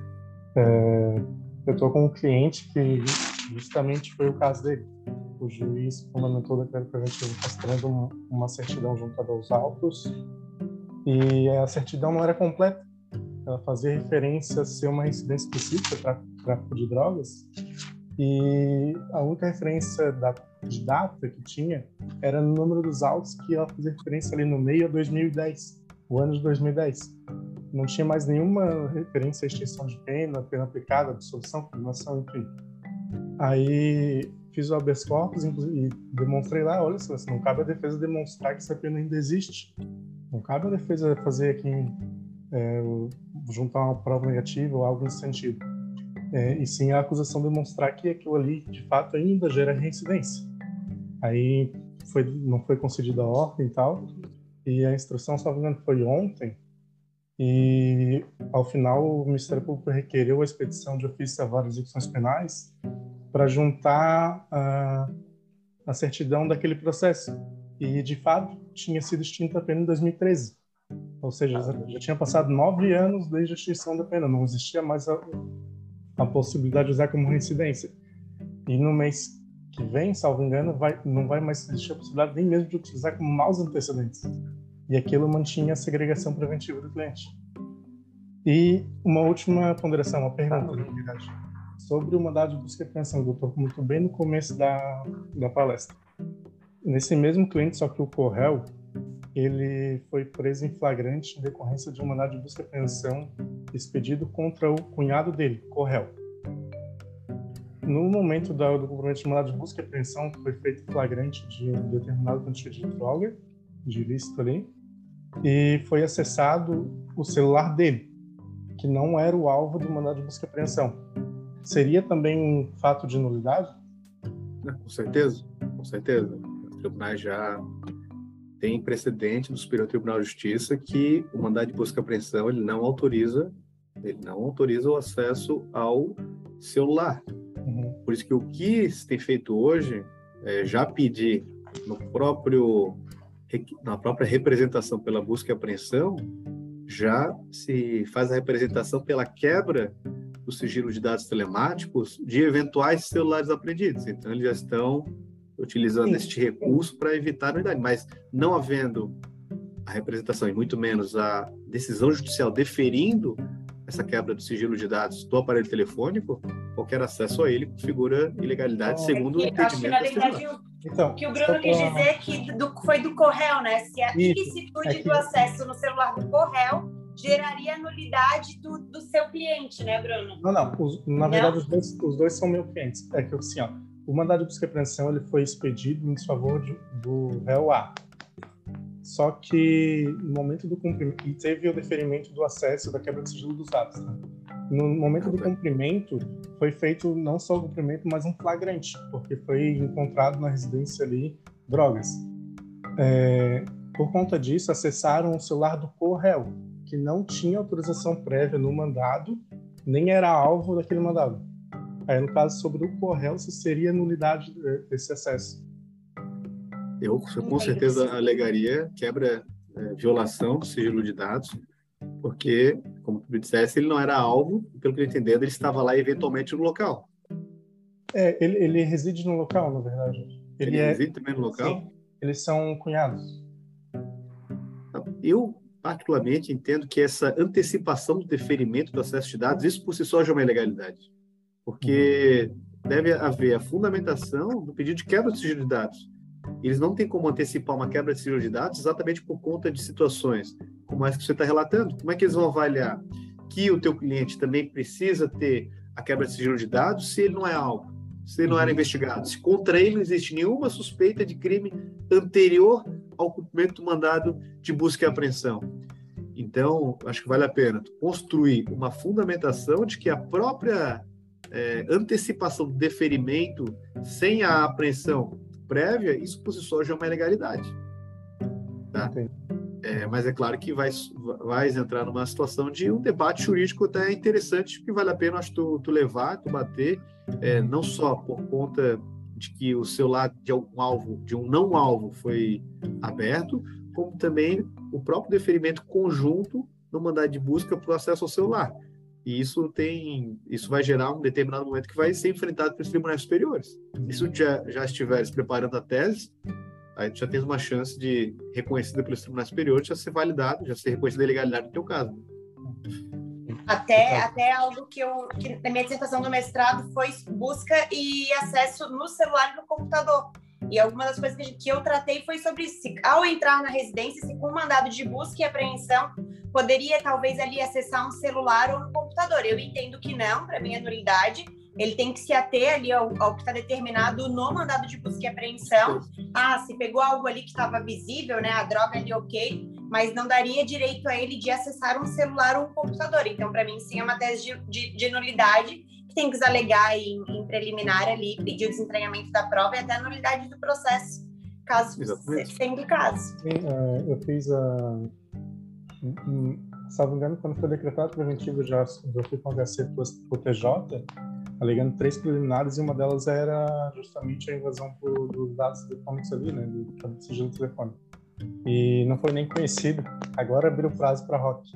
Eu estou com um cliente que justamente foi o caso dele. O juiz fundamentou o decreto preventivo mostrando uma certidão juntada aos autos e a certidão não era completa. Ela fazia referência a ser uma reincidência específica para tráfico de drogas e a única referência de data que tinha era no número dos autos, que ela fazia referência ali no meio a 2010, o ano de 2010. Não tinha mais nenhuma referência à extinção de pena aplicada, absolvição, condenação, enfim. Aí fiz o habeas corpus e demonstrei lá, olha só, não cabe a defesa demonstrar que essa pena ainda existe. Não cabe a defesa fazer aqui, juntar uma prova negativa ou algo nesse sentido. E sim a acusação demonstrar que aquilo ali, de fato, ainda gera reincidência. Aí não foi concedida a ordem e tal, e a instrução, se não me engano, foi ontem, e ao final o Ministério Público requereu a expedição de ofício a várias execuções penais para juntar a certidão daquele processo. E, de fato, tinha sido extinta a pena em 2013. Ou seja, já tinha passado 9 anos desde a extinção da pena, não existia mais a possibilidade de usar como reincidência. E no mês que vem, salvo engano, não vai mais existir a possibilidade nem mesmo de utilizar como maus antecedentes. E aquilo mantinha a segregação preventiva do cliente. E uma última ponderação, uma pergunta, na verdade, sobre o mandado de busca e apreensão. O doutor muito bem no começo da palestra. Nesse mesmo cliente, só que o Correl, ele foi preso em flagrante em decorrência de um mandado de busca e apreensão expedido contra o cunhado dele, Correl. No momento do cumprimento de mandado de busca e apreensão, foi feito flagrante de um determinado quantidade de droga, de ilícito ali, e foi acessado o celular dele, que não era o alvo do mandado de busca e apreensão. Seria também um fato de nulidade? Com certeza, com certeza. Os tribunais já têm precedente do Superior Tribunal de Justiça que o mandado de busca e apreensão ele não autoriza o acesso ao celular. Por isso que o que se tem feito hoje é já pedir na própria representação pela busca e apreensão, já se faz a representação pela quebra do sigilo de dados telemáticos de eventuais celulares apreendidos. Então, eles já estão utilizando este recurso para evitar a nulidade. Mas, não havendo a representação e muito menos a decisão judicial deferindo essa quebra do sigilo de dados do aparelho telefônico, qualquer acesso a ele configura ilegalidade segundo o entendimento da tribunal. Então, que o Bruno quis dizer que foi do Correl, né? Se a ilicitude do acesso no celular do Correl geraria nulidade do seu cliente, né, Bruno? Não. Na verdade, os dois são meus clientes. É que assim, o mandado de busca e apreensão ele foi expedido em desfavor do réu A. Só que no momento do cumprimento, e teve o deferimento do acesso da quebra de sigilo dos dados. Né? No momento do cumprimento, foi feito não só o cumprimento, mas um flagrante, porque foi encontrado na residência ali drogas. por conta disso, acessaram o celular do co-réu, que não tinha autorização prévia no mandado, nem era alvo daquele mandado. Aí, no caso, sobre o co-réu, se seria nulidade desse acesso. Eu com certeza alegaria violação do sigilo de dados, porque, como tu me dissesse, ele não era alvo, pelo que eu entendendo, ele estava lá eventualmente no local. Ele reside no local, na verdade. Ele reside também no local? Sim, eles são cunhados. Eu, particularmente, entendo que essa antecipação do deferimento do acesso de dados, isso por si só já é uma ilegalidade. Porque deve haver a fundamentação do pedido de quebra do sigilo de dados. Eles não têm como antecipar uma quebra de sigilo de dados exatamente por conta de situações como essa que você está relatando. Como é que eles vão avaliar que o teu cliente também precisa ter a quebra de sigilo de dados se ele não é alvo, se ele não era investigado, se contra ele não existe nenhuma suspeita de crime anterior ao cumprimento do mandado de busca e apreensão? Então, acho que vale a pena construir uma fundamentação de que a própria antecipação do deferimento sem a apreensão prévia, isso por si só já é uma ilegalidade. Tá? Mas é claro que vai entrar numa situação de um debate jurídico até interessante, que vale a pena, acho, tu levar, tu bater, não só por conta de que o celular de um não alvo foi aberto, como também o próprio deferimento conjunto no mandado de busca para o acesso ao celular. E isso vai gerar um determinado momento que vai ser enfrentado pelos tribunais superiores. E se tu já estiveres preparando a tese, aí tu já tens uma chance de, reconhecida pelos tribunais superiores, já ser validado, já ser reconhecida a legalidade do teu caso. Até algo que na minha dissertação do mestrado foi busca e acesso no celular e no computador. E alguma das coisas que eu tratei foi sobre isso. Ao entrar na residência, se com mandado de busca e apreensão, poderia talvez ali acessar um celular ou um computador. Eu entendo que não, para mim é nulidade. Ele tem que se ater ali ao que está determinado no mandado de busca e apreensão. Se pegou algo ali que estava visível, né, a droga ali, ok, mas não daria direito a ele de acessar um celular ou um computador. Então, para mim, sim, é uma tese de nulidade, que tem que alegar em preliminar ali, pedir o desentranhamento da prova e até a nulidade do processo, caso sendo o caso. Sim, eu fiz salvo engano, quando foi decretado preventivo, eu fui com o HC pro TJ, alegando 3 preliminares, e uma delas era justamente a invasão dos dados telefônicos ali, né, do sigilo telefônico. E não foi nem conhecido. Agora abriu o prazo para ROC.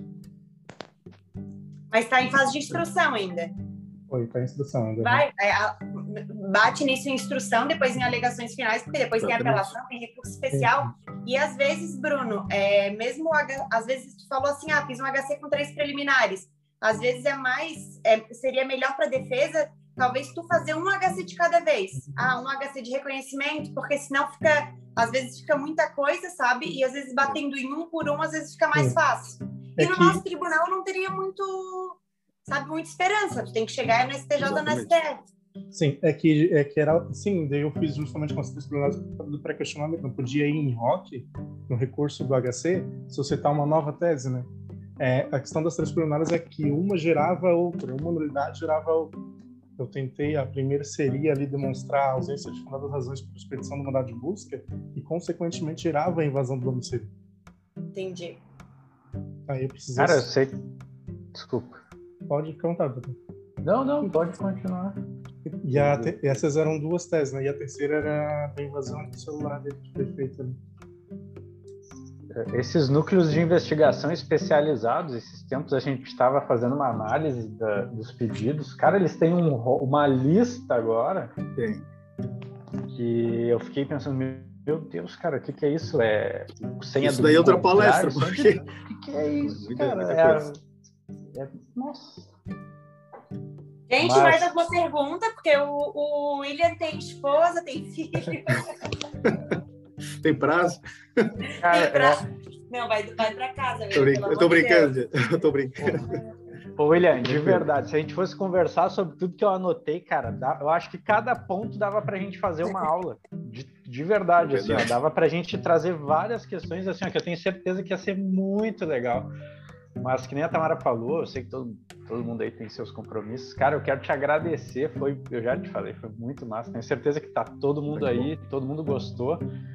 Mas está em fase de instrução ainda. Está em instrução ainda. Bate nisso em instrução, depois em alegações finais, porque depois tem apelação, tem recurso especial. E às vezes, Bruno, às vezes tu falou assim, fiz um HC com 3 preliminares. Às vezes seria melhor para a defesa, talvez tu fazer um HC de cada vez. Um HC de reconhecimento, porque senão às vezes fica muita coisa, sabe? E às vezes batendo em um por um, às vezes fica mais fácil. E no nosso tribunal não teria muita esperança. Tu tem que chegar no STJ ou no STF. Sim, é que era... Sim, daí eu fiz justamente com as 3 preliminares do pré-questionamento. Não podia ir em ROC, no recurso do HC, se você tá uma nova tese, né? A questão das 3 preliminares é que uma gerava a outra, uma nulidade gerava a outra. Eu tentei, a primeira seria ali demonstrar a ausência de fundadas razões para expedição do mandado de busca e, consequentemente, gerava a invasão do domicílio. Entendi. Aí eu precisei... Cara, eu sei... Desculpa. Pode contar, doutor. Não, pode continuar. E essas eram 2 teses, né? E a terceira era da invasão do celular dele que foi feita ali. Esses núcleos de investigação especializados, esses tempos a gente estava fazendo uma análise dos pedidos. Cara, eles têm uma lista agora que eu fiquei pensando, meu Deus, cara, o que é isso? Senha isso daí é outra palestra. O que é isso, cara? Nossa. Gente, mais alguma pergunta? Porque o William tem esposa, tem filho. Tem prazo? Cara, Não, vai pra casa. Eu tô brincando. Ô, William, de verdade, se a gente fosse conversar sobre tudo que eu anotei, cara, eu acho que cada ponto dava pra gente fazer uma aula. De verdade, assim, ó, dava pra gente trazer várias questões, assim, ó, que eu tenho certeza que ia ser muito legal. Mas que nem a Tamara falou, eu sei que todo mundo aí tem seus compromissos. Cara, eu quero te agradecer, eu já te falei, foi muito massa. Tenho certeza que tá todo mundo aí, todo mundo gostou.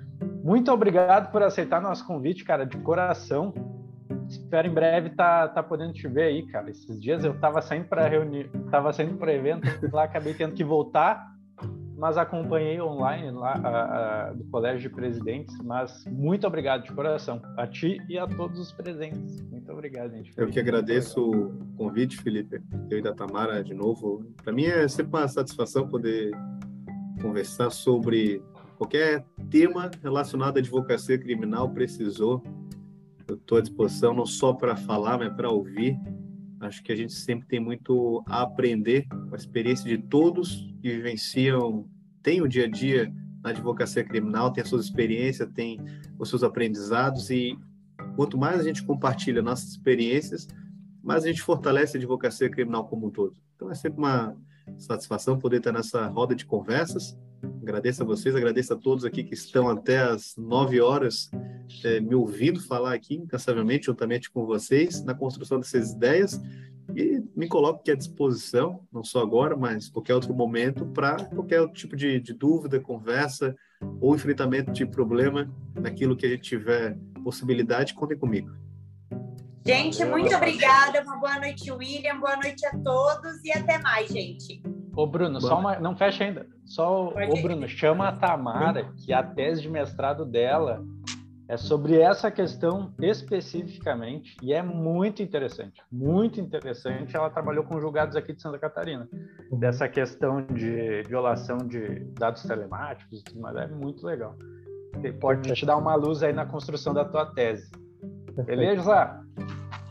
Muito obrigado por aceitar nosso convite, cara, de coração. Espero em breve tá podendo te ver aí, cara. Esses dias eu tava saindo para evento, lá acabei tendo que voltar, mas acompanhei online lá do Colégio de Presidentes. Mas muito obrigado de coração a ti e a todos os presentes. Muito obrigado, gente. Eu que agradeço o convite, Felipe. Eu e da Tamara de novo. Para mim é sempre uma satisfação poder conversar sobre qualquer tema relacionado à advocacia criminal. Precisou, eu estou à disposição não só para falar, mas para ouvir. Acho que a gente sempre tem muito a aprender com a experiência de todos que vivenciam, tem o dia a dia na advocacia criminal, tem as suas experiências, tem os seus aprendizados, e quanto mais a gente compartilha nossas experiências, mais a gente fortalece a advocacia criminal como um todo. Então é sempre uma satisfação poder estar nessa roda de conversas. Agradeço a vocês, agradeço a todos aqui que estão até as 9 horas me ouvindo falar aqui incansavelmente, juntamente com vocês, na construção dessas ideias, e me coloco aqui à disposição, não só agora, mas qualquer outro momento, para qualquer outro tipo de dúvida, conversa ou enfrentamento de problema, naquilo que a gente tiver possibilidade, contem comigo. Gente, muito obrigada, uma boa noite, William, boa noite a todos e até mais, gente. Ô, Bruno, não fecha ainda. Ô, Bruno, chama a Tamara, que a tese de mestrado dela é sobre essa questão especificamente, e é muito interessante. Muito interessante. Ela trabalhou com julgados aqui de Santa Catarina, dessa questão de violação de dados telemáticos e tudo mais. É muito legal. Pode te dar uma luz aí na construção da tua tese. Beleza?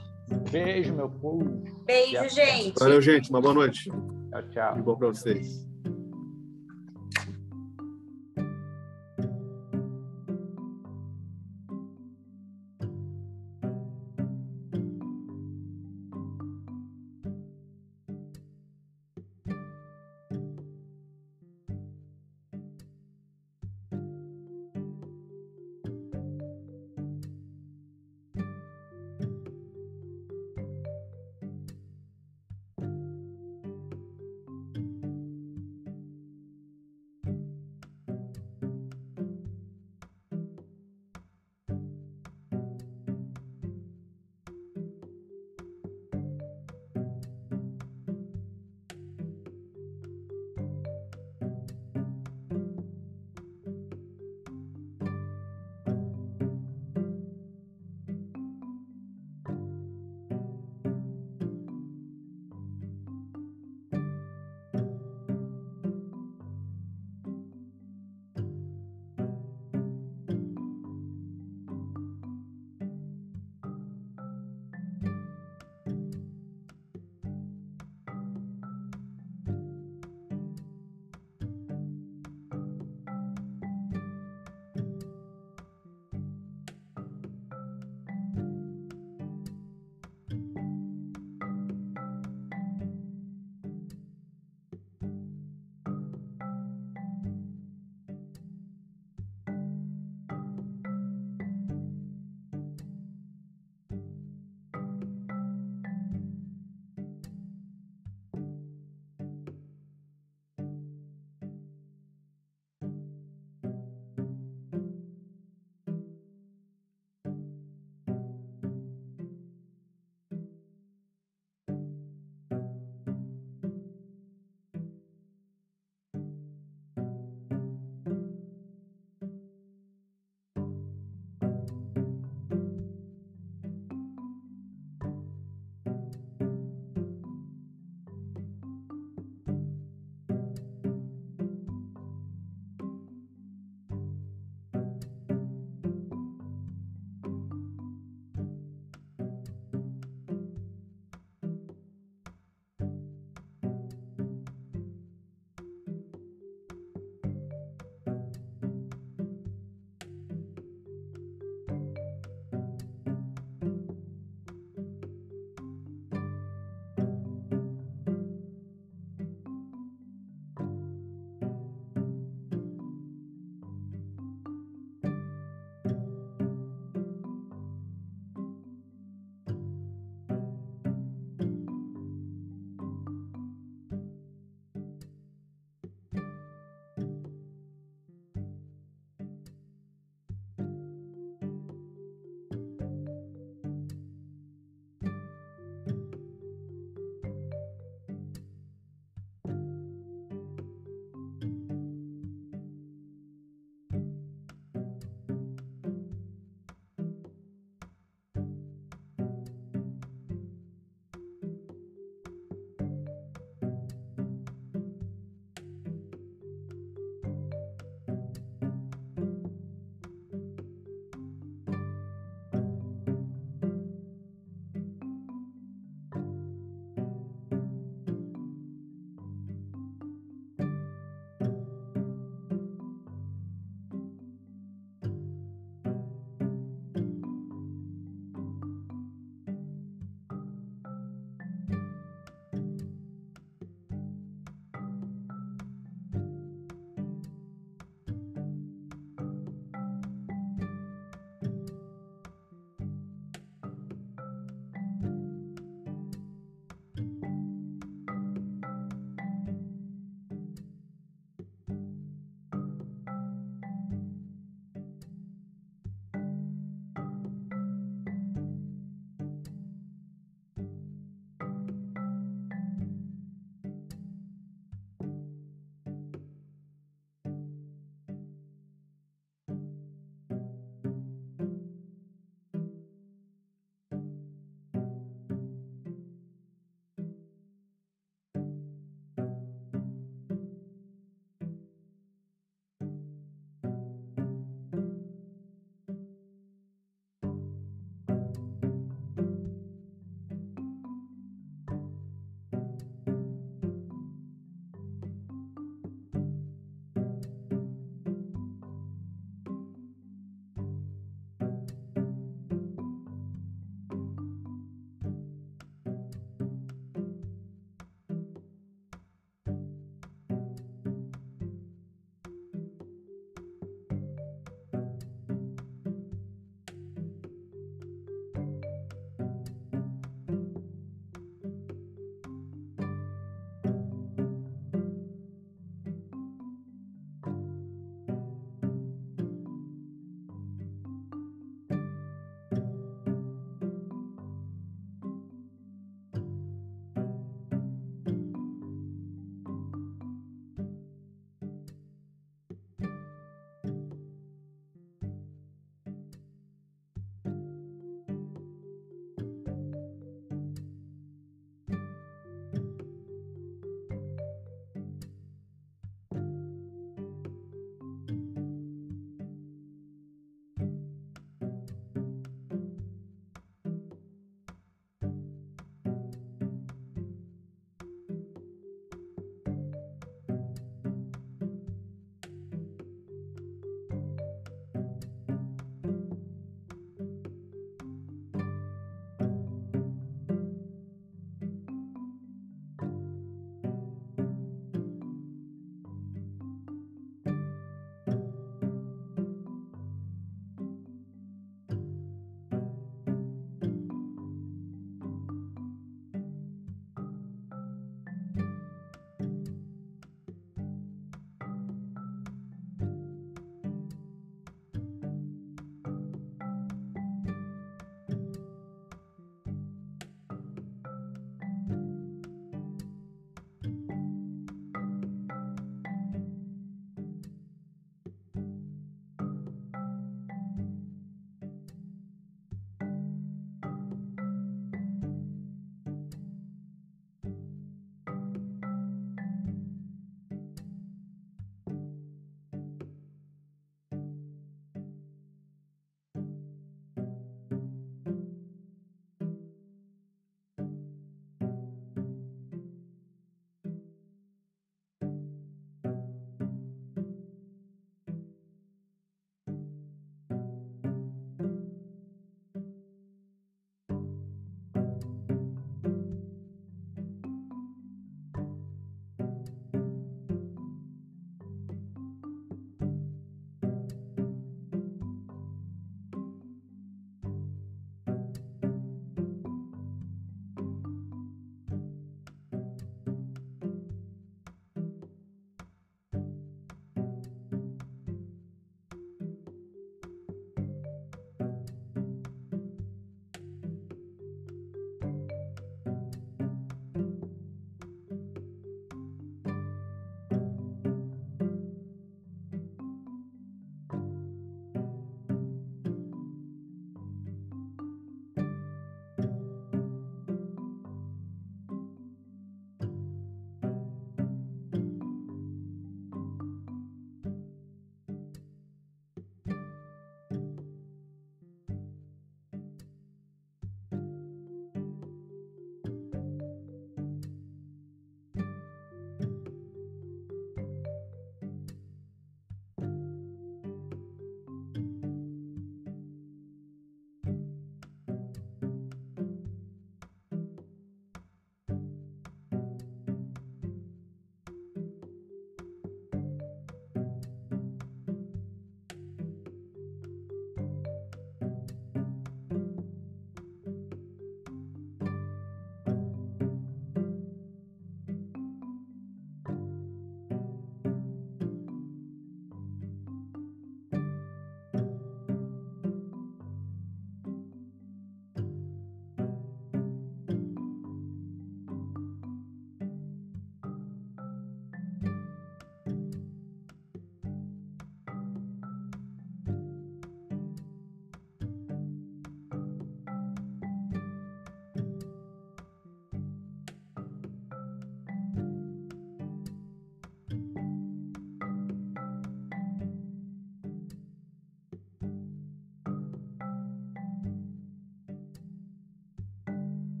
Beijo, meu povo. Beijo, gente. Valeu, gente. Uma boa noite. Tchau, tchau. Tudo bom para vocês.